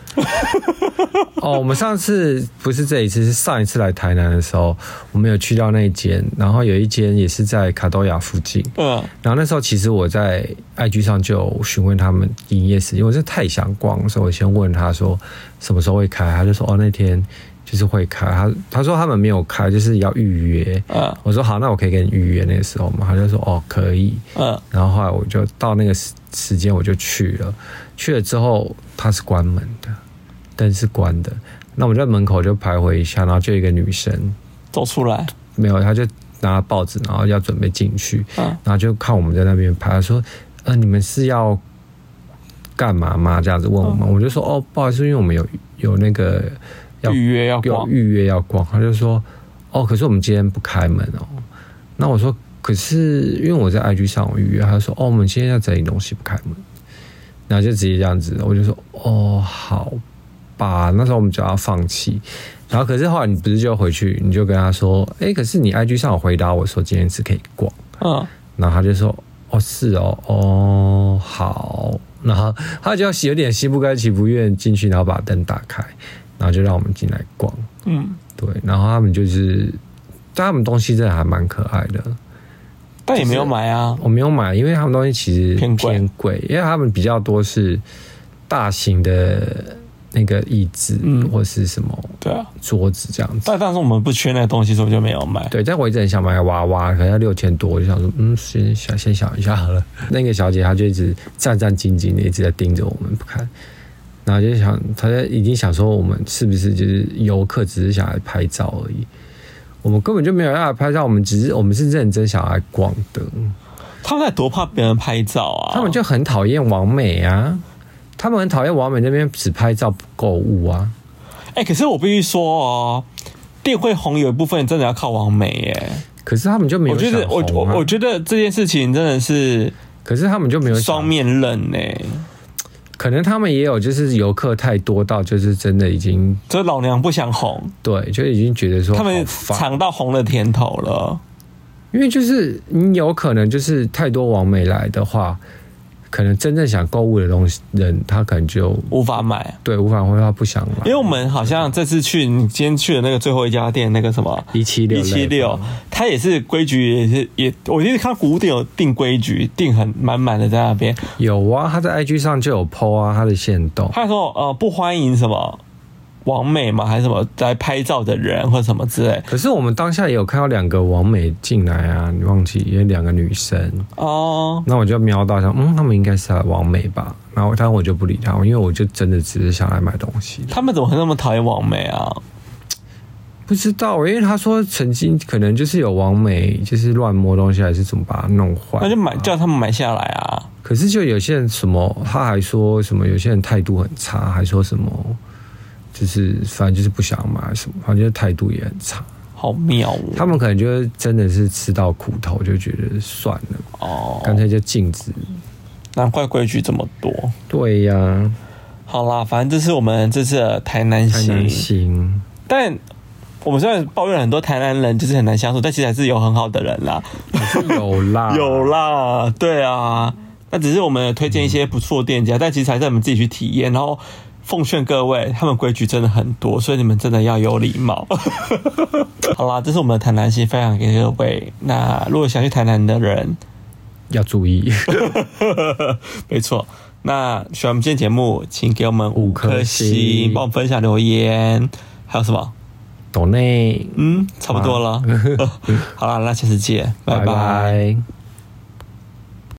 我们上次不是这一次，是上一次来台南的时候，我们有去到那一间，然后有一间也是在卡多亚附近。然后那时候其实我在 IG 上就有询问他们营业时间，我是太想逛，所以我先问他说什么时候会开，他就说那天就是会开。他说他们没有开，就是要预约。我说好，那我可以给你预约那个时候嘛？他就说可以。然后后来我就到那个时间我就去了，去了之后他是关门的。灯是关的，那我们在门口就徘徊一下，然后就有一个女生走出来， 没有，她就拿报纸，然后要准备进去，然后就看我们在那边拍，说你们是要干嘛吗？这样子问我们，我就说不好意思，因为我们有那个预约要逛， 他就说可是我们今天不开门那我说可是因为我在 IG 上有预约，他说我们今天要整理东西不开门，然后就直接这样子，我就说好吧，那时候我们就要放弃。然后可是后来你不是就回去，你就跟他说可是你 IG 上有回答我说今天是可以逛，然后他就说是好，然后他就有点心不甘情不愿进去，然后把灯打开，然后就让我们进来逛。对，然后他们就是他们东西真的还蛮可爱的， 但也没有买啊。 我没有买，因为他们东西其实偏贵，因为他们比较多是大型的那个椅子，或是什么桌子这样子。 但是我们不缺那个东西，所以就没有买。 对，但我一直很想买个娃娃，可能要6000多，我就想说，先想一下好了。那个小姐她就一直战战兢兢的一直在盯着我们不看，然后就想，她已经想说我们是不是就是游客，只是想来拍照而已。我们根本就没有要来拍照，我们是认真想来逛的。 他们在多怕别人拍照啊！ 他们就很讨厌网美啊！他们很讨厌网美那边只拍照不购物啊！ 可是我必须说店会红有一部分真的要靠网美耶。 可是他们就没有想红我觉得这件事情真的是， 可是他们就没有双面刃呢。 可能他们也有，就是游客太多到，就是真的已经， 这老娘不想红， 对，就已经觉得说他们尝到红的甜头了。 因为就是你有可能就是太多网美来的话，可能真正想购物的东西人，他可能就无法买， 对，无法或者他不想买。 因为我们好像这次去，你今天去的那个最后一家店，那个什么176，它也是规矩也，我记得看古物店有定规矩，定很满满的在那边。 有啊，他在 IG 上就有 po 啊，他的限动。 他说不欢迎什么网美嘛，还是什么来拍照的人或什么之类。 可是我们当下也有看到2个网美进来啊，你忘记有2个女生那我就瞄到想，他们应该是网美吧。然后但我就不理他，因为我就真的只是想来买东西。 他们怎么会那么讨厌网美啊？ 不知道，因为他说曾经可能就是有网美就是乱摸东西，还是怎么把它弄坏， 那就叫他们买下来啊。 可是就有些人什么，他还说什么有些人态度很差，还说什么。就是反正就是不想买什么，反正态度也很差， 好妙他们可能就真的是吃到苦头，就觉得算了干脆就禁止。 难怪规矩这么多。 对呀， 好啦，反正这是我们这次的台南行。但我们虽然抱怨了很多台南人就是很难相处，但其实还是有很好的人啦。 有啦， 有啦，对啊。那只是我们推荐一些不错的店家，但其实还是我们自己去体验，然后。奉劝各位，他们规矩真的很多，所以你们真的要有礼貌。好啦，这是我们的台南行，分享给各位。那如果想去台南的人， 要注意。 没错。那喜欢我们今天节目，请给我们5颗星，帮我们分享留言。还有什么？ 抖内， 差不多了。好啦，那下次见，拜拜。